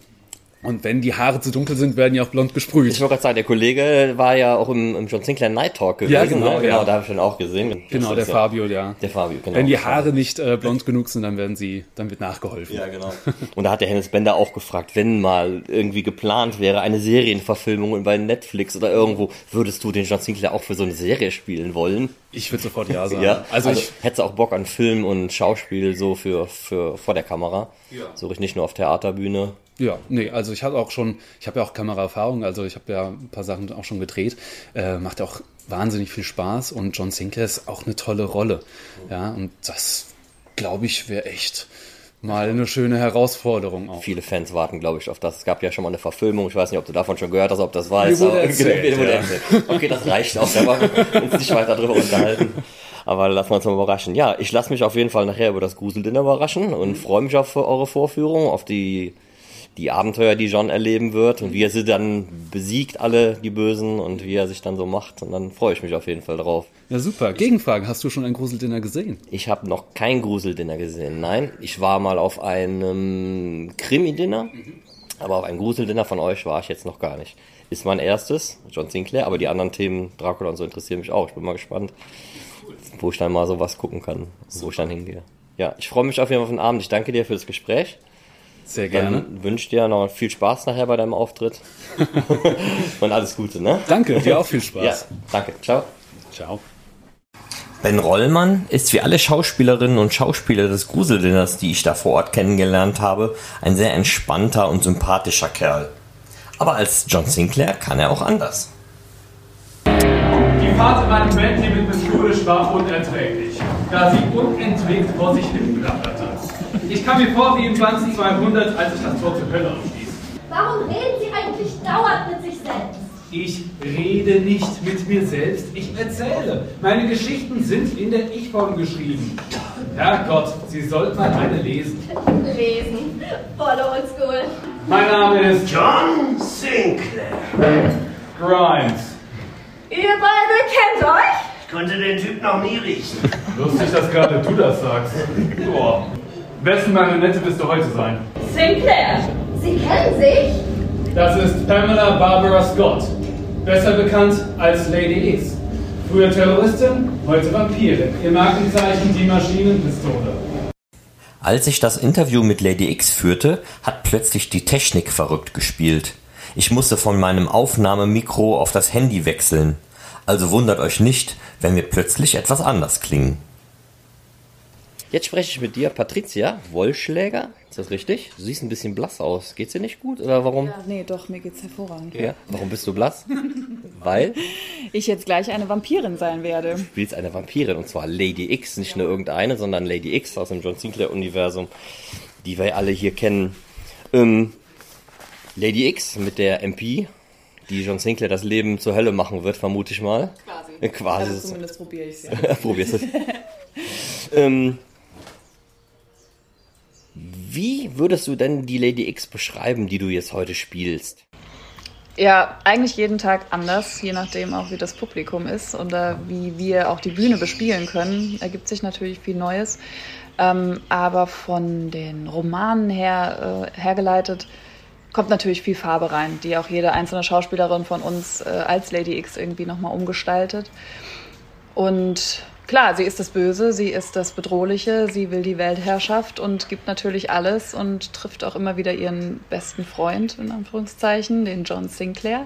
Und wenn die Haare zu dunkel sind, werden die auch blond gesprüht. Ich wollte gerade sagen, der Kollege war ja auch im John Sinclair Night Talk gewesen. Ja, genau. Ne? Genau, da habe ich schon auch gesehen. Genau, der Fabio, ja. Der Fabio, genau. Wenn die Haare nicht blond genug sind, dann wird nachgeholfen. Ja, genau. Und da hat der Hennes Bender auch gefragt, wenn mal irgendwie geplant wäre, eine Serienverfilmung bei Netflix oder irgendwo, würdest du den John Sinclair auch für so eine Serie spielen wollen? Ich würde sofort ja sagen. Ja? Also hättest du auch Bock an Film und Schauspiel so für vor der Kamera? Ja. So richtig nicht nur auf Theaterbühne? Ja, nee, also ich habe ja auch Kameraerfahrung, also ich habe ja ein paar Sachen auch schon gedreht, macht auch wahnsinnig viel Spaß und John Sinclair ist auch eine tolle Rolle, ja, und das, glaube ich, wäre echt mal eine schöne Herausforderung auch. Viele Fans warten, glaube ich, auf das. Es gab ja schon mal eine Verfilmung, ich weiß nicht, ob du davon schon gehört hast, ob das war. Mir wurde erzählt. Okay, das reicht auch, da wollen wir uns nicht weiter drüber unterhalten. Aber lassen wir uns mal überraschen. Ja, ich lasse mich auf jeden Fall nachher über das Gruseldinner überraschen und freue mich auf eure Vorführung, auf die Abenteuer, die John erleben wird und wie er sie dann besiegt, alle die Bösen und wie er sich dann so macht. Und dann freue ich mich auf jeden Fall drauf. Ja, super. Gegenfrage, hast du schon ein Gruseldinner gesehen? Ich habe noch kein Gruseldinner gesehen, nein. Ich war mal auf einem Krimi-Dinner, aber auf ein Gruseldinner von euch war ich jetzt noch gar nicht. Ist mein erstes, John Sinclair, aber die anderen Themen, Dracula und so, interessieren mich auch. Ich bin mal gespannt, wo ich dann mal sowas gucken kann, wo ich dann hingehe. Ja, ich freue mich auf jeden Fall auf den Abend. Ich danke dir für das Gespräch. Sehr gerne. Dann wünsche dir noch viel Spaß nachher bei deinem Auftritt. Und alles Gute, ne? Danke, dir auch viel Spaß. Ja, danke. Ciao. Ciao. Ben Rollmann ist wie alle Schauspielerinnen und Schauspieler des Gruseldinners, die ich da vor Ort kennengelernt habe, ein sehr entspannter und sympathischer Kerl. Aber als John Sinclair kann er auch anders. Die Fahrt in meinem Bentley mit Miss Foolish war unerträglich, da sie unentwegt vor sich hin plapperte. Ich kam mir vor wie im 2200, als ich das Tor zur Hölle aufstieß. Warum reden Sie eigentlich dauernd mit sich selbst? Ich rede nicht mit mir selbst, ich erzähle. Meine Geschichten sind in der Ich-Form geschrieben. Herrgott, Sie sollten mal eine lesen. Lesen. Voll oldschool. Mein Name ist John Sinclair. Grimes. Ihr beide kennt euch? Ich konnte den Typ noch nie riechen. Lustig, dass gerade du das sagst. Boah. Wessen Marionette wirst du heute sein? Sinclair. Sie kennen sich? Das ist Pamela Barbara Scott. Besser bekannt als Lady X. Früher Terroristin, heute Vampirin. Ihr Markenzeichen die Maschinenpistole. Als ich das Interview mit Lady X führte, hat plötzlich die Technik verrückt gespielt. Ich musste von meinem Aufnahmemikro auf das Handy wechseln. Also wundert euch nicht, wenn wir plötzlich etwas anders klingen. Jetzt spreche ich mit dir, Patricia Wollschläger. Ist das richtig? Du siehst ein bisschen blass aus. Geht's dir nicht gut oder warum? Ja, nee, doch, mir geht's hervorragend. Ja. Warum bist du blass? Weil? Ich jetzt gleich eine Vampirin sein werde. Du spielst eine Vampirin und zwar Lady X. Nicht nur irgendeine, sondern Lady X aus dem John Sinclair-Universum, die wir alle hier kennen. Lady X mit der MP, die John Sinclair das Leben zur Hölle machen wird, vermute ich mal. Quasi. Also zumindest probiere ich es, ja. Probierst es. Wie würdest du denn die Lady X beschreiben, die du jetzt heute spielst? Ja, eigentlich jeden Tag anders, je nachdem auch, wie das Publikum ist oder wie wir auch die Bühne bespielen können. Ergibt sich natürlich viel Neues. Aber von den Romanen her hergeleitet kommt natürlich viel Farbe rein, die auch jede einzelne Schauspielerin von uns als Lady X irgendwie nochmal umgestaltet. Und klar, sie ist das Böse, sie ist das Bedrohliche, sie will die Weltherrschaft und gibt natürlich alles und trifft auch immer wieder ihren besten Freund, in Anführungszeichen, den John Sinclair.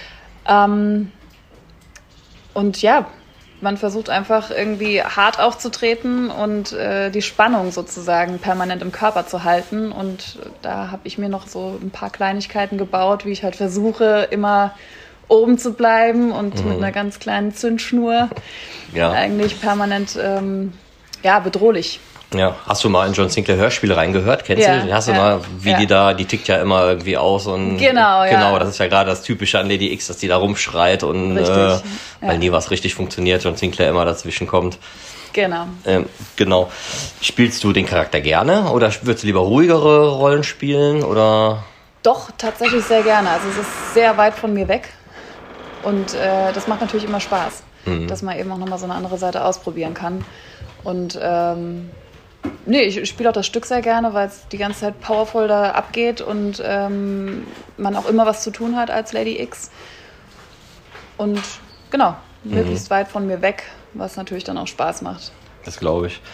Und ja, man versucht einfach irgendwie hart aufzutreten und die Spannung sozusagen permanent im Körper zu halten. Und da habe ich mir noch so ein paar Kleinigkeiten gebaut, wie ich halt versuche, immer oben zu bleiben und mit einer ganz kleinen Zündschnur eigentlich permanent bedrohlich. Ja, hast du mal in John Sinclair Hörspiele reingehört? Kennst du? Hast du mal, wie die tickt ja immer irgendwie aus und genau, das ist ja gerade das Typische an Lady X, dass die da rumschreit und weil nie was richtig funktioniert, John Sinclair immer dazwischen kommt. Genau. Genau. Spielst du den Charakter gerne oder würdest du lieber ruhigere Rollen spielen oder? Doch, tatsächlich sehr gerne. Also es ist sehr weit von mir weg und das macht natürlich immer Spaß, dass man eben auch nochmal so eine andere Seite ausprobieren kann. Und ich spiele auch das Stück sehr gerne, weil es die ganze Zeit powervoll da abgeht und man auch immer was zu tun hat als Lady X. Und genau, möglichst weit von mir weg, was natürlich dann auch Spaß macht. Das glaube ich.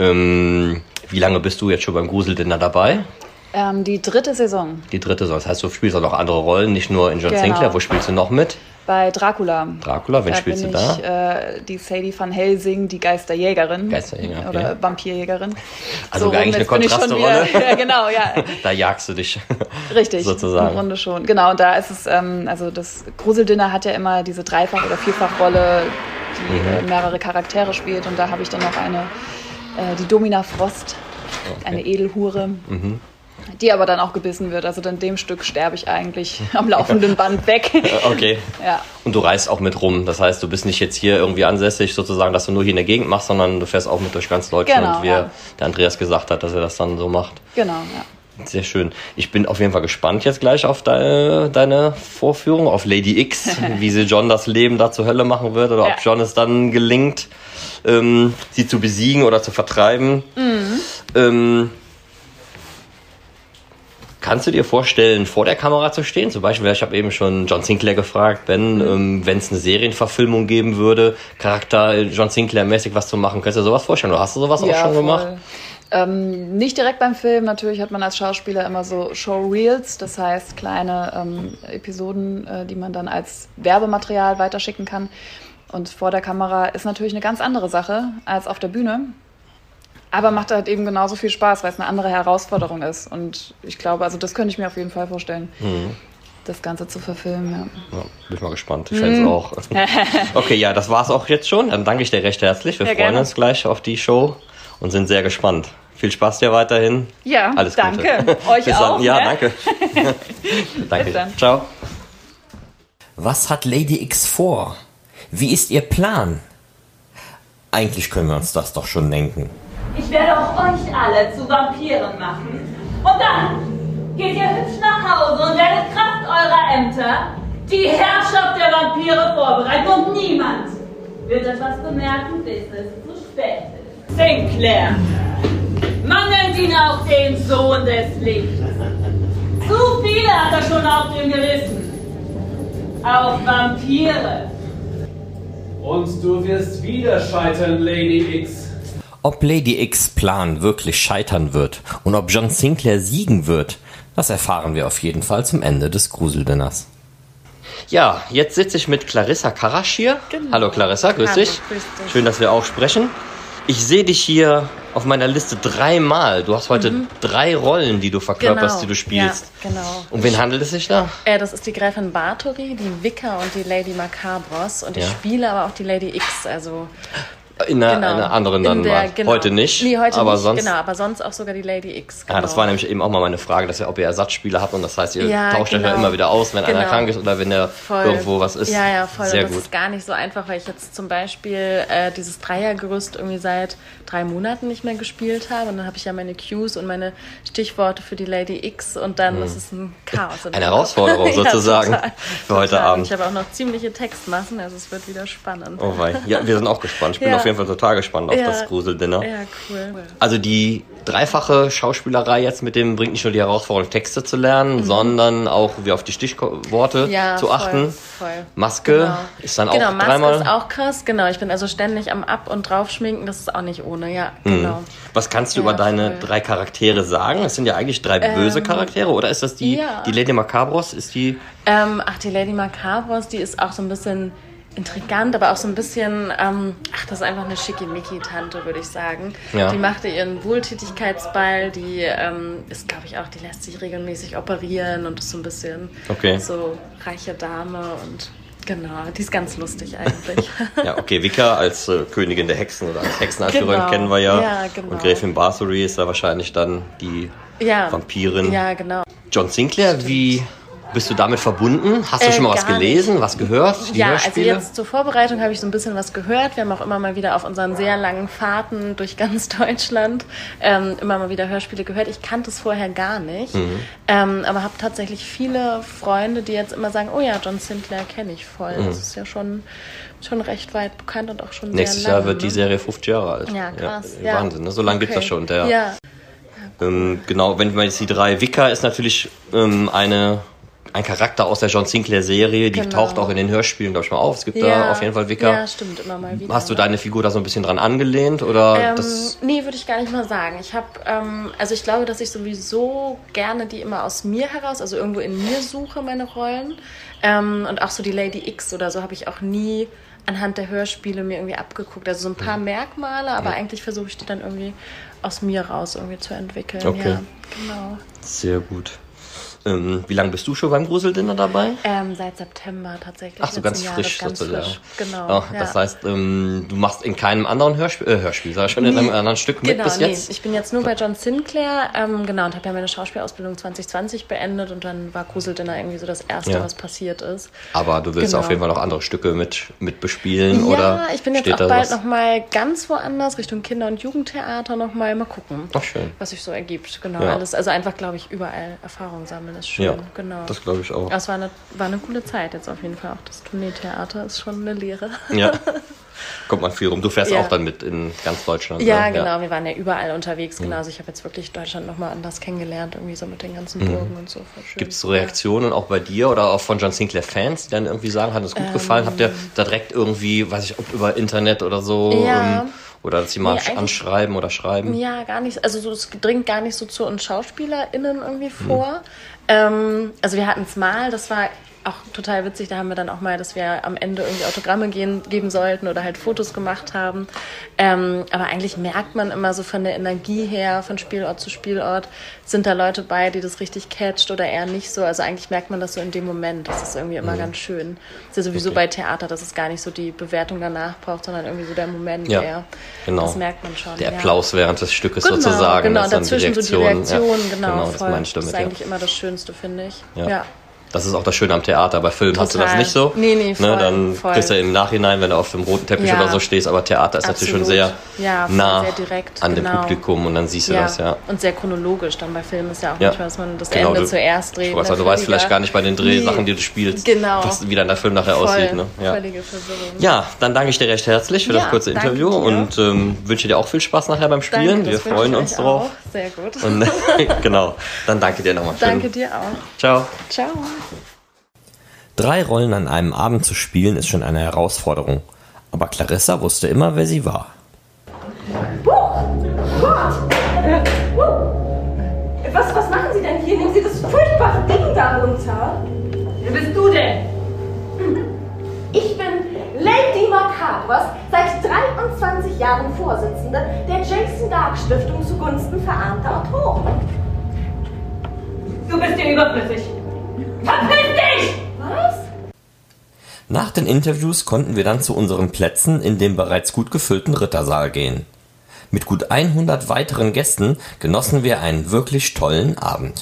Wie lange bist du jetzt schon beim Gruseldinner dabei? Die 3. Saison. Die 3. Saison. Das heißt, du spielst auch noch andere Rollen, nicht nur in John Sinclair. Wo spielst du noch mit? Bei Dracula. Dracula, wen spielst du da? Die Sadie van Helsing, die Geisterjägerin. Geisterjägerin, okay. Oder Vampirjägerin. Also eigentlich eine Kontraste-Rolle. Ja, genau, ja. Da jagst du dich. Richtig, sozusagen. Im Grunde schon. Genau, und da ist es, also das Gruseldinner hat ja immer diese Dreifach- oder Vierfach-Rolle, die mehrere Charaktere spielt. Und da habe ich dann noch die Domina Frost, eine Edelhure. Die aber dann auch gebissen wird. Also in dem Stück sterbe ich eigentlich am laufenden Band weg. Okay. Ja. Und du reist auch mit rum. Das heißt, du bist nicht jetzt hier irgendwie ansässig, sozusagen, dass du nur hier in der Gegend machst, sondern du fährst auch mit durch ganz Deutschland, genau, wie der Andreas gesagt hat, dass er das dann so macht. Genau, ja. Sehr schön. Ich bin auf jeden Fall gespannt jetzt gleich auf deine Vorführung, auf Lady X, wie sie John das Leben da zur Hölle machen wird oder ob John es dann gelingt, sie zu besiegen oder zu vertreiben. Kannst du dir vorstellen, vor der Kamera zu stehen? Zum Beispiel, ich habe eben schon John Sinclair gefragt, wenn es eine Serienverfilmung geben würde, Charakter John Sinclair-mäßig was zu machen, könntest du dir sowas vorstellen? Oder hast du sowas auch schon gemacht? Nicht direkt beim Film. Natürlich hat man als Schauspieler immer so Showreels, das heißt kleine Episoden, die man dann als Werbematerial weiterschicken kann. Und vor der Kamera ist natürlich eine ganz andere Sache als auf der Bühne. Aber macht halt eben genauso viel Spaß, weil es eine andere Herausforderung ist. Und ich glaube, also das könnte ich mir auf jeden Fall vorstellen, das Ganze zu verfilmen. Ja. Bin ich mal gespannt. Ich fände es auch. Okay, ja, das war's auch jetzt schon. Dann danke ich dir recht herzlich. Wir freuen uns gleich auf die Show und sind sehr gespannt. Viel Spaß dir weiterhin. Ja, alles danke. Gute. Euch auch. Ja, ne? danke. Danke. Bis dann. Ciao. Was hat Lady X vor? Wie ist ihr Plan? Eigentlich können wir uns das doch schon denken. Ich werde auch euch alle zu Vampiren machen. Und dann geht ihr hübsch nach Hause und werdet Kraft eurer Ämter die Herrschaft der Vampire vorbereiten. Und niemand wird etwas bemerken, bis es zu spät ist. Sinclair, man nennt ihn auch den Sohn des Lichts. Zu viele hat er schon auf dem Gewissen. Auch Vampire. Und du wirst wieder scheitern, Lady X. Ob Lady X' Plan wirklich scheitern wird und ob John Sinclair siegen wird, das erfahren wir auf jeden Fall zum Ende des Gruseldinners. Ja, jetzt sitze ich mit Clarissa Karasch hier. Genau. Hallo Clarissa, grüß dich. Schön, dass wir auch sprechen. Ich sehe dich hier auf meiner Liste 3-mal. Du hast heute 3 Rollen, die du verkörperst, die du spielst. Ja, genau. Um wen handelt es sich da? Das ist die Gräfin Bathory, die Vicar und die Lady Macabros. Und ich spiele aber auch die Lady X, also... In einer anderen dann mal. Heute nicht, nee, heute aber nicht, sonst... Genau, aber sonst auch sogar die Lady X. Genau. Ja, das war nämlich eben auch mal meine Frage, dass ob ihr Ersatzspieler habt und das heißt, ihr tauscht euch ja immer wieder aus, wenn einer krank ist oder wenn der irgendwo was ist. Ja, voll. Sehr und das gut. ist gar nicht so einfach, weil ich jetzt zum Beispiel dieses Dreiergerüst irgendwie seit 3 Monaten nicht mehr gespielt habe und dann habe ich ja meine Cues und meine Stichworte für die Lady X und dann ist es ein Chaos. Eine Herausforderung sozusagen für heute Abend. Ich habe auch noch ziemliche Textmassen, also es wird wieder spannend. Oh wei. Ja, wir sind auch gespannt. Ich bin auf jeden Fall total gespannt auf das Gruseldinner. Ja, cool. Also die dreifache Schauspielerei jetzt mit dem bringt nicht nur die Herausforderung, Texte zu lernen, sondern auch wie auf die Stichworte zu achten. Voll. Maske ist dann auch Maske dreimal. Ist auch krass, genau. Ich bin also ständig am Ab- und Draufschminken, das ist auch nicht ohne, genau. Was kannst du über deine 3 Charaktere sagen? Das sind ja eigentlich 3 böse Charaktere, oder ist das die Lady Macabros? Ist die... die Lady Macabros, die ist auch so ein bisschen intrigant, aber auch so ein bisschen, das ist einfach eine Schickimicki-Tante, würde ich sagen. Ja. Die machte ihren Wohltätigkeitsball, die ist, glaube ich, auch, die lässt sich regelmäßig operieren und ist so ein bisschen so reiche Dame und genau, die ist ganz lustig eigentlich. Ja, okay, Wicca als Königin der Hexen oder als Hexenanführerin kennen wir ja. Ja, genau. Und Gräfin Bathory ist da wahrscheinlich dann die Vampirin. Ja, genau. John Sinclair, wie bist du damit verbunden? Hast du schon mal was gelesen, was gehört? Die Hörspiele? Also jetzt zur Vorbereitung habe ich so ein bisschen was gehört. Wir haben auch immer mal wieder auf unseren sehr langen Fahrten durch ganz Deutschland immer mal wieder Hörspiele gehört. Ich kannte es vorher gar nicht, aber habe tatsächlich viele Freunde, die jetzt immer sagen, oh ja, John Sinclair kenne ich voll. Das ist ja schon recht weit bekannt und auch schon Nächstes sehr lange. Jahr wird die Serie 50 Jahre alt. Ja, krass. Wahnsinn, ne? So lange gibt es das schon. Genau, wenn man jetzt die 3, Wicca ist natürlich ein Charakter aus der John Sinclair-Serie, die taucht auch in den Hörspielen, glaube ich, mal auf. Es gibt da auf jeden Fall Wicca. Ja, stimmt, immer mal wieder. Hast du deine Figur da so ein bisschen dran angelehnt? Oder nee, würde ich gar nicht mal sagen. Ich habe, also ich glaube, dass ich sowieso gerne die immer aus mir heraus, also irgendwo in mir suche, meine Rollen. Und auch so die Lady X oder so habe ich auch nie anhand der Hörspiele mir irgendwie abgeguckt. Also so ein paar Merkmale, aber eigentlich versuche ich die dann irgendwie aus mir raus irgendwie zu entwickeln. Okay. Ja, genau. Sehr gut. Wie lange bist du schon beim Gruseldinner dabei? Seit September tatsächlich. Ach so, ganz frisch sozusagen. Genau. Das heißt, du machst in keinem anderen Hörspiel, sag ich schon, in einem anderen Stück mit bis jetzt? Nee. Ich bin jetzt nur bei John Sinclair, und habe ja meine Schauspielausbildung 2020 beendet und dann war Gruseldinner irgendwie so das Erste, was passiert ist. Aber du willst auf jeden Fall noch andere Stücke mit bespielen, oder? Ja, ich bin jetzt auch bald nochmal ganz woanders, Richtung Kinder- und Jugendtheater nochmal. Mal gucken, was sich so ergibt. Genau, alles. Also einfach, glaube ich, überall Erfahrung sammeln. Ist schön, genau. Das glaube ich auch. Es war eine coole Zeit jetzt auf jeden Fall. Auch das Tourneetheater ist schon eine Lehre. Ja, kommt man viel rum. Du fährst auch dann mit in ganz Deutschland. Ja, genau. Ja. Wir waren ja überall unterwegs. Genau. Also ich habe jetzt wirklich Deutschland nochmal anders kennengelernt, irgendwie so mit den ganzen Burgen und so. Gibt es Reaktionen auch bei dir oder auch von John Sinclair-Fans, die dann irgendwie sagen, hat es gut gefallen? Habt ihr da direkt irgendwie, weiß ich, ob über Internet oder so... oder dass sie mal anschreiben oder schreiben? Ja, gar nicht. Also es dringt gar nicht so zu uns SchauspielerInnen irgendwie vor. Also wir hatten es mal, das war auch total witzig, da haben wir dann auch mal, dass wir am Ende irgendwie Autogramme geben sollten oder halt Fotos gemacht haben. Aber eigentlich merkt man immer so von der Energie her, von Spielort zu Spielort, sind da Leute bei, die das richtig catcht oder eher nicht so. Also eigentlich merkt man das so in dem Moment. Das ist irgendwie immer ganz schön. Das ist ja sowieso bei Theater, dass es gar nicht so die Bewertung danach braucht, sondern irgendwie so der Moment eher. Genau. Das merkt man schon. Der Applaus während des Stückes sozusagen. Genau, dazwischen so die Reaktion. Genau, das meinst du damit. Das ist eigentlich immer das Schönste, finde ich. Ja. Das ist auch das Schöne am Theater. Bei Film hast du das nicht so. Nee, voll, dann voll. kriegst du im Nachhinein, wenn du auf dem roten Teppich oder so stehst, aber Theater ist natürlich schon sehr nah sehr direkt, an dem Publikum und dann siehst du das, Und sehr chronologisch. Dann bei Filmen ist ja auch manchmal, dass man das Ende zuerst dreht. Du weißt vielleicht gar nicht bei den Drehsachen, die du spielst, wie dann der Film nachher aussieht. Ne? Ja. Völlige Verwirrung. Ja, dann danke ich dir recht herzlich für das kurze Interview und wünsche dir auch viel Spaß nachher beim Spielen. Wir freuen uns drauf. Auch. Sehr gut. Und, genau, dann danke dir nochmal. Danke dir auch. Ciao. Ciao. 3 Rollen an einem Abend zu spielen ist schon eine Herausforderung. Aber Clarissa wusste immer, wer sie war. Was machen Sie denn hier? Nehmen Sie das furchtbare Ding da runter. Wer bist du denn? Ich bin Lady Macabros, seit 23 Jahren Vorsitzende der Jason Dark Stiftung zugunsten verarmter Autoren. Du bist hier überflüssig. Verpiss dich! Was? Nach den Interviews konnten wir dann zu unseren Plätzen in dem bereits gut gefüllten Rittersaal gehen. Mit gut 100 weiteren Gästen genossen wir einen wirklich tollen Abend.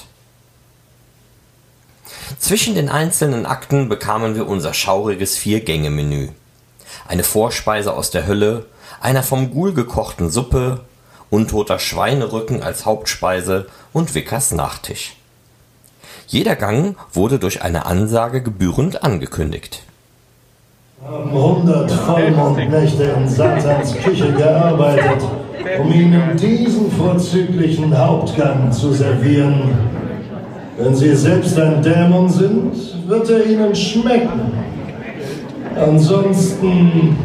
Zwischen den einzelnen Akten bekamen wir unser schauriges 4-Gänge-Menü. Eine Vorspeise aus der Hölle, einer vom Ghoul gekochten Suppe, untoter Schweinerücken als Hauptspeise und Vickers Nachtisch. Jeder Gang wurde durch eine Ansage gebührend angekündigt. Haben 100 Vollmondnächte in Satans Küche gearbeitet, um Ihnen diesen vorzüglichen Hauptgang zu servieren. Wenn Sie selbst ein Dämon sind, wird er Ihnen schmecken. Ansonsten...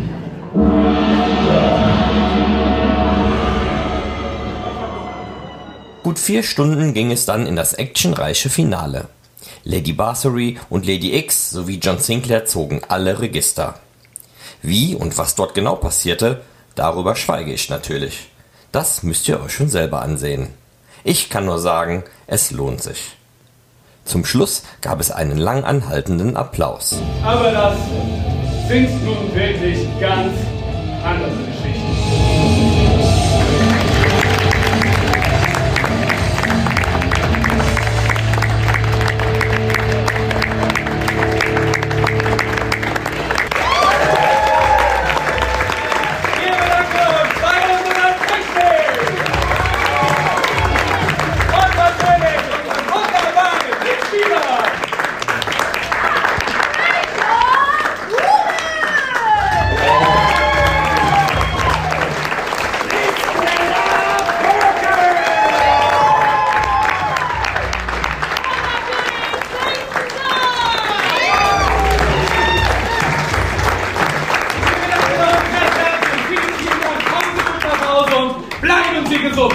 Gut 4 Stunden ging es dann in das actionreiche Finale. Lady Bathory und Lady X sowie John Sinclair zogen alle Register. Wie und was dort genau passierte, darüber schweige ich natürlich. Das müsst ihr euch schon selber ansehen. Ich kann nur sagen, es lohnt sich. Zum Schluss gab es einen lang anhaltenden Applaus. Aber das sind nun wirklich ganz andere Geschichten. Bleiben Sie gesund!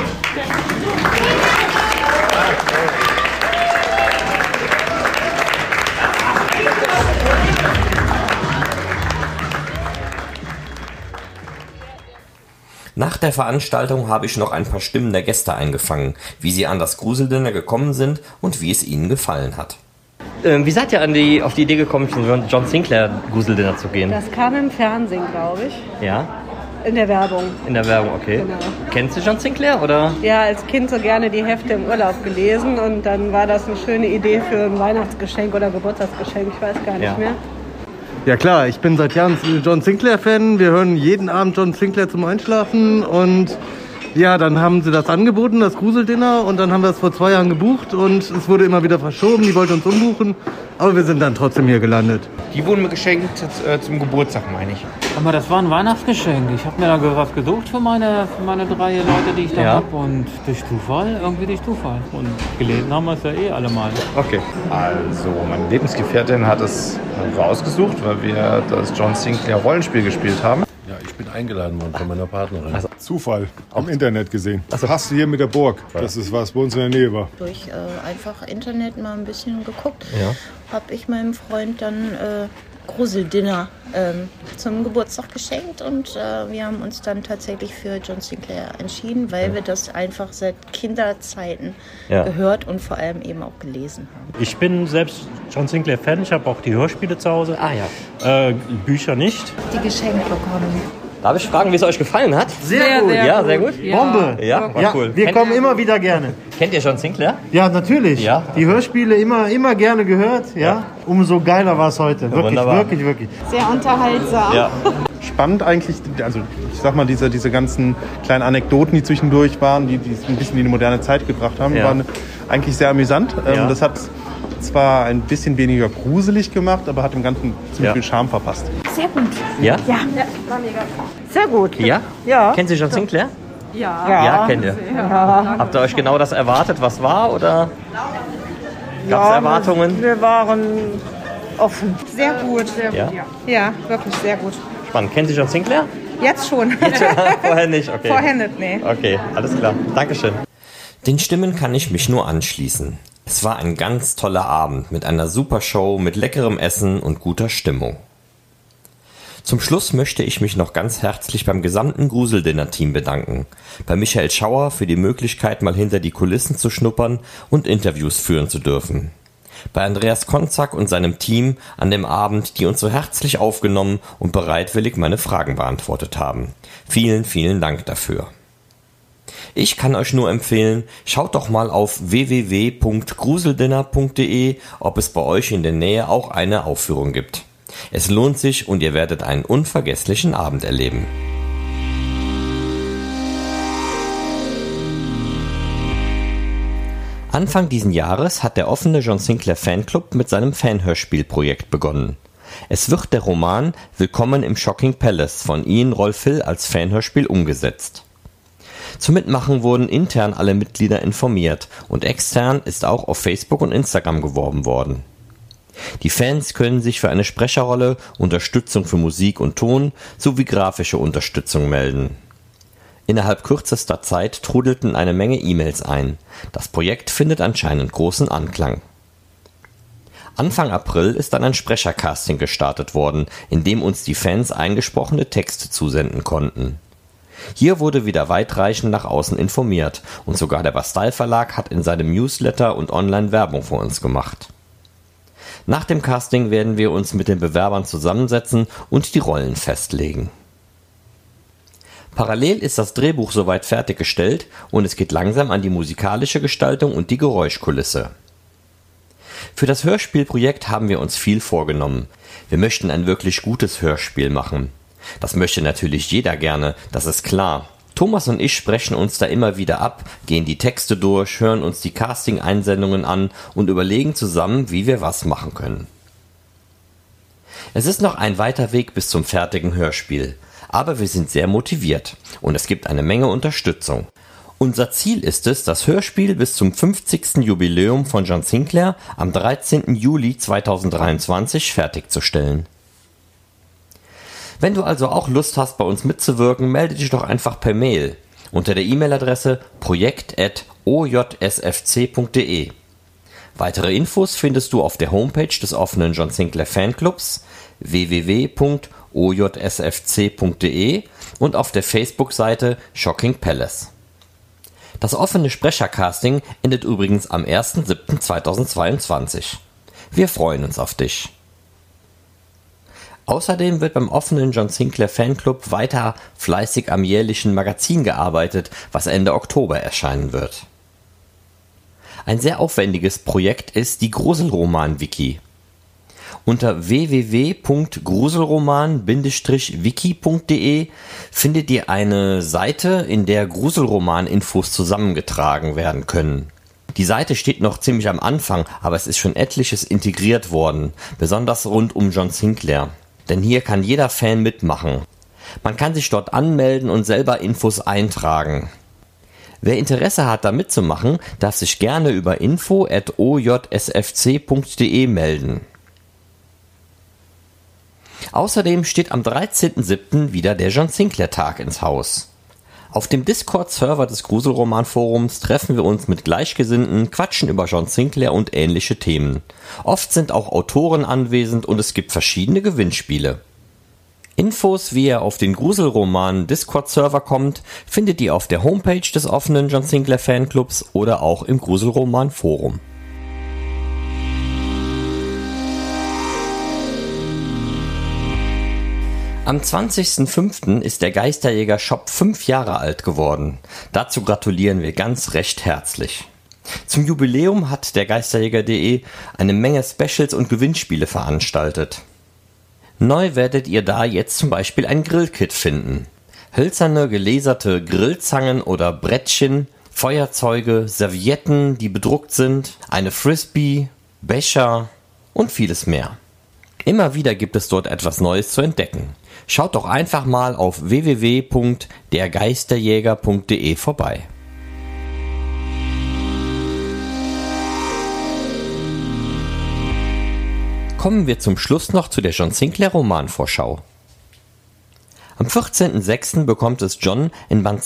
Nach der Veranstaltung habe ich noch ein paar Stimmen der Gäste eingefangen, wie sie an das Gruseldinner gekommen sind und wie es ihnen gefallen hat. Wie seid ihr auf die Idee gekommen, zum John Sinclair Gruseldinner zu gehen? Das kam im Fernsehen, glaube ich. Ja? In der Werbung. In der Werbung, okay. Genau. Kennst du John Sinclair, oder? Ja, als Kind so gerne die Hefte im Urlaub gelesen und dann war das eine schöne Idee für ein Weihnachtsgeschenk oder Geburtstagsgeschenk, ich weiß gar nicht mehr. Ja klar, ich bin seit Jahren John Sinclair-Fan. Wir hören jeden Abend John Sinclair zum Einschlafen und ja, dann haben sie das angeboten, das Gruseldinner, und dann haben wir es vor 2 Jahren gebucht und es wurde immer wieder verschoben, die wollten uns umbuchen, aber wir sind dann trotzdem hier gelandet. Die wurden mir geschenkt zum Geburtstag, meine ich. Aber das war ein Weihnachtsgeschenk. Ich habe mir da was gesucht für meine 3 Leute, die ich da habe, und durch Zufall. Und gelesen haben wir es ja alle mal. Okay. Also, meine Lebensgefährtin hat es rausgesucht, weil wir das John Sinclair Rollenspiel gespielt haben. Ja, ich bin eingeladen worden von meiner Partnerin. Also, Zufall, am Internet gesehen. Hast du hier mit der Burg, das ist was bei uns in der Nähe war. Durch einfach Internet mal ein bisschen geguckt, ja. Habe ich meinem Freund dann Gruseldinner zum Geburtstag geschenkt und wir haben uns dann tatsächlich für John Sinclair entschieden, weil wir das einfach seit Kinderzeiten gehört und vor allem eben auch gelesen haben. Ich bin selbst John Sinclair-Fan, ich habe auch die Hörspiele zu Hause. Ah ja. Bücher nicht. Die geschenkt bekommen. Darf ich fragen, wie es euch gefallen hat? Sehr gut. Ja, sehr gut. Bombe. Ja, war cool. Wir kommen immer wieder gerne. Kennt ihr John Sinclair? Ja, natürlich. Ja. Die Hörspiele immer gerne gehört. Ja. Umso geiler war es heute. Wirklich, wunderbar. wirklich. Sehr unterhaltsam. Ja. Spannend eigentlich, also ich sag mal, diese ganzen kleinen Anekdoten, die zwischendurch waren, die ein bisschen in die moderne Zeit gebracht haben, waren eigentlich sehr amüsant. Das hat zwar ein bisschen weniger gruselig gemacht, aber hat dem Ganzen ziemlich viel Charme verpasst. Sehr gut. Ja? Ja, war mega. Sehr gut. Ja? Ja. Kennt ihr John Sinclair? Ja. Ja, kennt ihr. Ja. Habt ihr euch genau das erwartet, was war, oder gab es Erwartungen? Wir waren offen. Sehr gut. Sehr Ja? gut. Ja, wirklich sehr gut. Spannend. Kennt ihr John Sinclair? Jetzt schon. Vorher nicht, okay. Vorher nicht, nee. Okay, alles klar. Dankeschön. Den Stimmen kann ich mich nur anschließen. Es war ein ganz toller Abend mit einer super Show, mit leckerem Essen und guter Stimmung. Zum Schluss möchte ich mich noch ganz herzlich beim gesamten Gruseldinner-Team bedanken. Bei Michael Schauer für die Möglichkeit, mal hinter die Kulissen zu schnuppern und Interviews führen zu dürfen. Bei Andreas Konzak und seinem Team an dem Abend, die uns so herzlich aufgenommen und bereitwillig meine Fragen beantwortet haben. Vielen, vielen Dank dafür. Ich kann euch nur empfehlen, schaut doch mal auf www.gruseldinner.de, ob es bei euch in der Nähe auch eine Aufführung gibt. Es lohnt sich und ihr werdet einen unvergesslichen Abend erleben. Anfang diesen Jahres hat der offene John Sinclair Fanclub mit seinem Fanhörspielprojekt begonnen. Es wird der Roman Willkommen im Shocking Palace von Ian Rolf Hill als Fanhörspiel umgesetzt. Zum Mitmachen wurden intern alle Mitglieder informiert und extern ist auch auf Facebook und Instagram geworben worden. Die Fans können sich für eine Sprecherrolle, Unterstützung für Musik und Ton sowie grafische Unterstützung melden. Innerhalb kürzester Zeit trudelten eine Menge E-Mails ein. Das Projekt findet anscheinend großen Anklang. Anfang April ist dann ein Sprechercasting gestartet worden, in dem uns die Fans eingesprochene Texte zusenden konnten. Hier wurde wieder weitreichend nach außen informiert und sogar der Bastei Verlag hat in seinem Newsletter und online Werbung für uns gemacht. Nach dem Casting werden wir uns mit den Bewerbern zusammensetzen und die Rollen festlegen. Parallel ist das Drehbuch soweit fertiggestellt und es geht langsam an die musikalische Gestaltung und die Geräuschkulisse. Für das Hörspielprojekt haben wir uns viel vorgenommen. Wir möchten ein wirklich gutes Hörspiel machen. Das möchte natürlich jeder gerne, das ist klar. Thomas und ich sprechen uns da immer wieder ab, gehen die Texte durch, hören uns die Casting-Einsendungen an und überlegen zusammen, wie wir was machen können. Es ist noch ein weiter Weg bis zum fertigen Hörspiel, aber wir sind sehr motiviert und es gibt eine Menge Unterstützung. Unser Ziel ist es, das Hörspiel bis zum 50. Jubiläum von John Sinclair am 13. Juli 2023 fertigzusellen. Wenn du also auch Lust hast, bei uns mitzuwirken, melde dich doch einfach per Mail unter der E-Mail-Adresse projekt@ojsfc.de. Weitere Infos findest du auf der Homepage des offenen John Sinclair Fanclubs www.ojsfc.de und auf der Facebook-Seite Shocking Palace. Das offene Sprechercasting endet übrigens am 1.7.2022. Wir freuen uns auf dich. Außerdem wird beim offenen John Sinclair Fanclub weiter fleißig am jährlichen Magazin gearbeitet, was Ende Oktober erscheinen wird. Ein sehr aufwendiges Projekt ist die Gruselroman-Wiki. Unter www.gruselroman-wiki.de findet ihr eine Seite, in der Gruselroman-Infos zusammengetragen werden können. Die Seite steht noch ziemlich am Anfang, aber es ist schon etliches integriert worden, besonders rund um John Sinclair. Denn hier kann jeder Fan mitmachen. Man kann sich dort anmelden und selber Infos eintragen. Wer Interesse hat, da mitzumachen, darf sich gerne über info@ojsfc.de melden. Außerdem steht am 13.07. wieder der John Sinclair Tag ins Haus. Auf dem Discord-Server des Gruselroman-Forums treffen wir uns mit Gleichgesinnten, quatschen über John Sinclair und ähnliche Themen. Oft sind auch Autoren anwesend und es gibt verschiedene Gewinnspiele. Infos, wie ihr auf den Gruselroman-Discord-Server kommt, findet ihr auf der Homepage des offenen John Sinclair Fanclubs oder auch im Gruselroman-Forum. Am 20.05. ist der Geisterjäger-Shop 5 Jahre alt geworden. Dazu gratulieren wir ganz recht herzlich. Zum Jubiläum hat der Geisterjäger.de eine Menge Specials und Gewinnspiele veranstaltet. Neu werdet ihr da jetzt zum Beispiel ein Grillkit finden. Hölzerne, gelaserte Grillzangen oder Brettchen, Feuerzeuge, Servietten, die bedruckt sind, eine Frisbee, Becher und vieles mehr. Immer wieder gibt es dort etwas Neues zu entdecken. Schaut doch einfach mal auf www.dergeisterjäger.de vorbei. Kommen wir zum Schluss noch zu der John Sinclair Romanvorschau. Am 14.06. bekommt es John in Band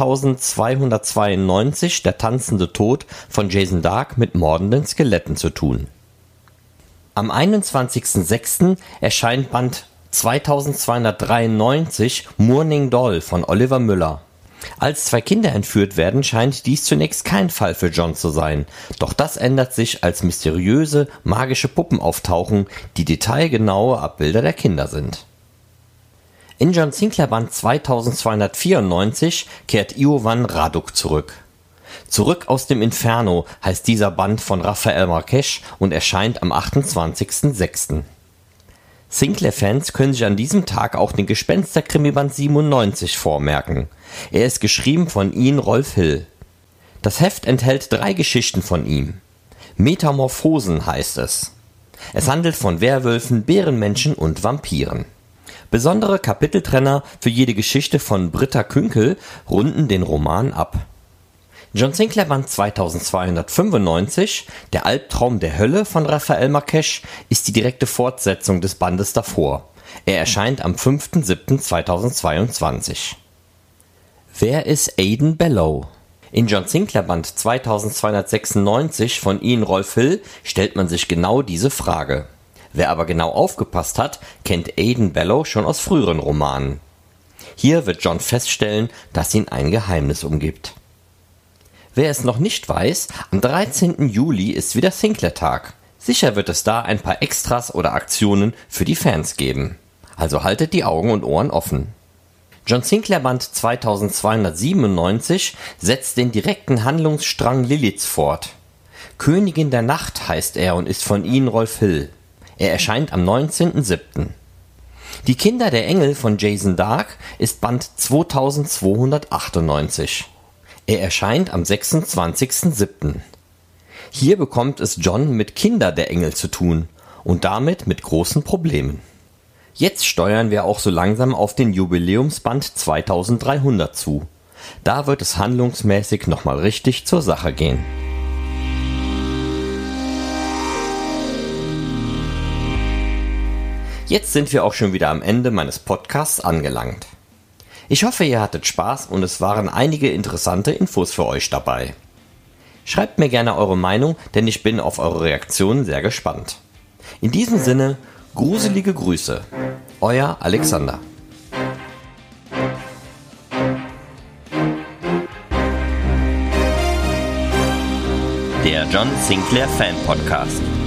2292 Der tanzende Tod von Jason Dark mit mordenden Skeletten zu tun. Am 21.06. erscheint Band 2293 Mourning Doll von Oliver Müller. Als 2 Kinder entführt werden, scheint dies zunächst kein Fall für John zu sein. Doch das ändert sich, als mysteriöse, magische Puppen auftauchen, die detailgenaue Abbilder der Kinder sind. In John Sinclair Band 2294 kehrt Iovan Raduk zurück. Zurück aus dem Inferno heißt dieser Band von Rafael Marquez und erscheint am 28.06. Sinclair-Fans können sich an diesem Tag auch den Gespenster-Krimi-Band 97 vormerken. Er ist geschrieben von Ian Rolf Hill. Das Heft enthält 3 Geschichten von ihm. Metamorphosen heißt es. Es handelt von Werwölfen, Bärenmenschen und Vampiren. Besondere Kapiteltrenner für jede Geschichte von Britta Künkel runden den Roman ab. John Sinclair Band 2295, Der Albtraum der Hölle von Rafael Marquez, ist die direkte Fortsetzung des Bandes davor. Er erscheint am 5.7.2022. Wer ist Aidan Bellow? In John Sinclair Band 2296 von Ian Rolf Hill stellt man sich genau diese Frage. Wer aber genau aufgepasst hat, kennt Aidan Bellow schon aus früheren Romanen. Hier wird John feststellen, dass ihn ein Geheimnis umgibt. Wer es noch nicht weiß, am 13. Juli ist wieder Sinclair-Tag. Sicher wird es da ein paar Extras oder Aktionen für die Fans geben. Also haltet die Augen und Ohren offen. John Sinclair Band 2297 setzt den direkten Handlungsstrang Liliths fort. Königin der Nacht heißt er und ist von Ian Rolf Hill. Er erscheint am 19.07. Die Kinder der Engel von Jason Dark ist Band 2298. Er erscheint am 26.07. Hier bekommt es John mit Kinder der Engel zu tun und damit mit großen Problemen. Jetzt steuern wir auch so langsam auf den Jubiläumsband 2300 zu. Da wird es handlungsmäßig nochmal richtig zur Sache gehen. Jetzt sind wir auch schon wieder am Ende meines Podcasts angelangt. Ich hoffe, ihr hattet Spaß und es waren einige interessante Infos für euch dabei. Schreibt mir gerne eure Meinung, denn ich bin auf eure Reaktionen sehr gespannt. In diesem Sinne, gruselige Grüße. Euer Alexander. Der John Sinclair Fan Podcast.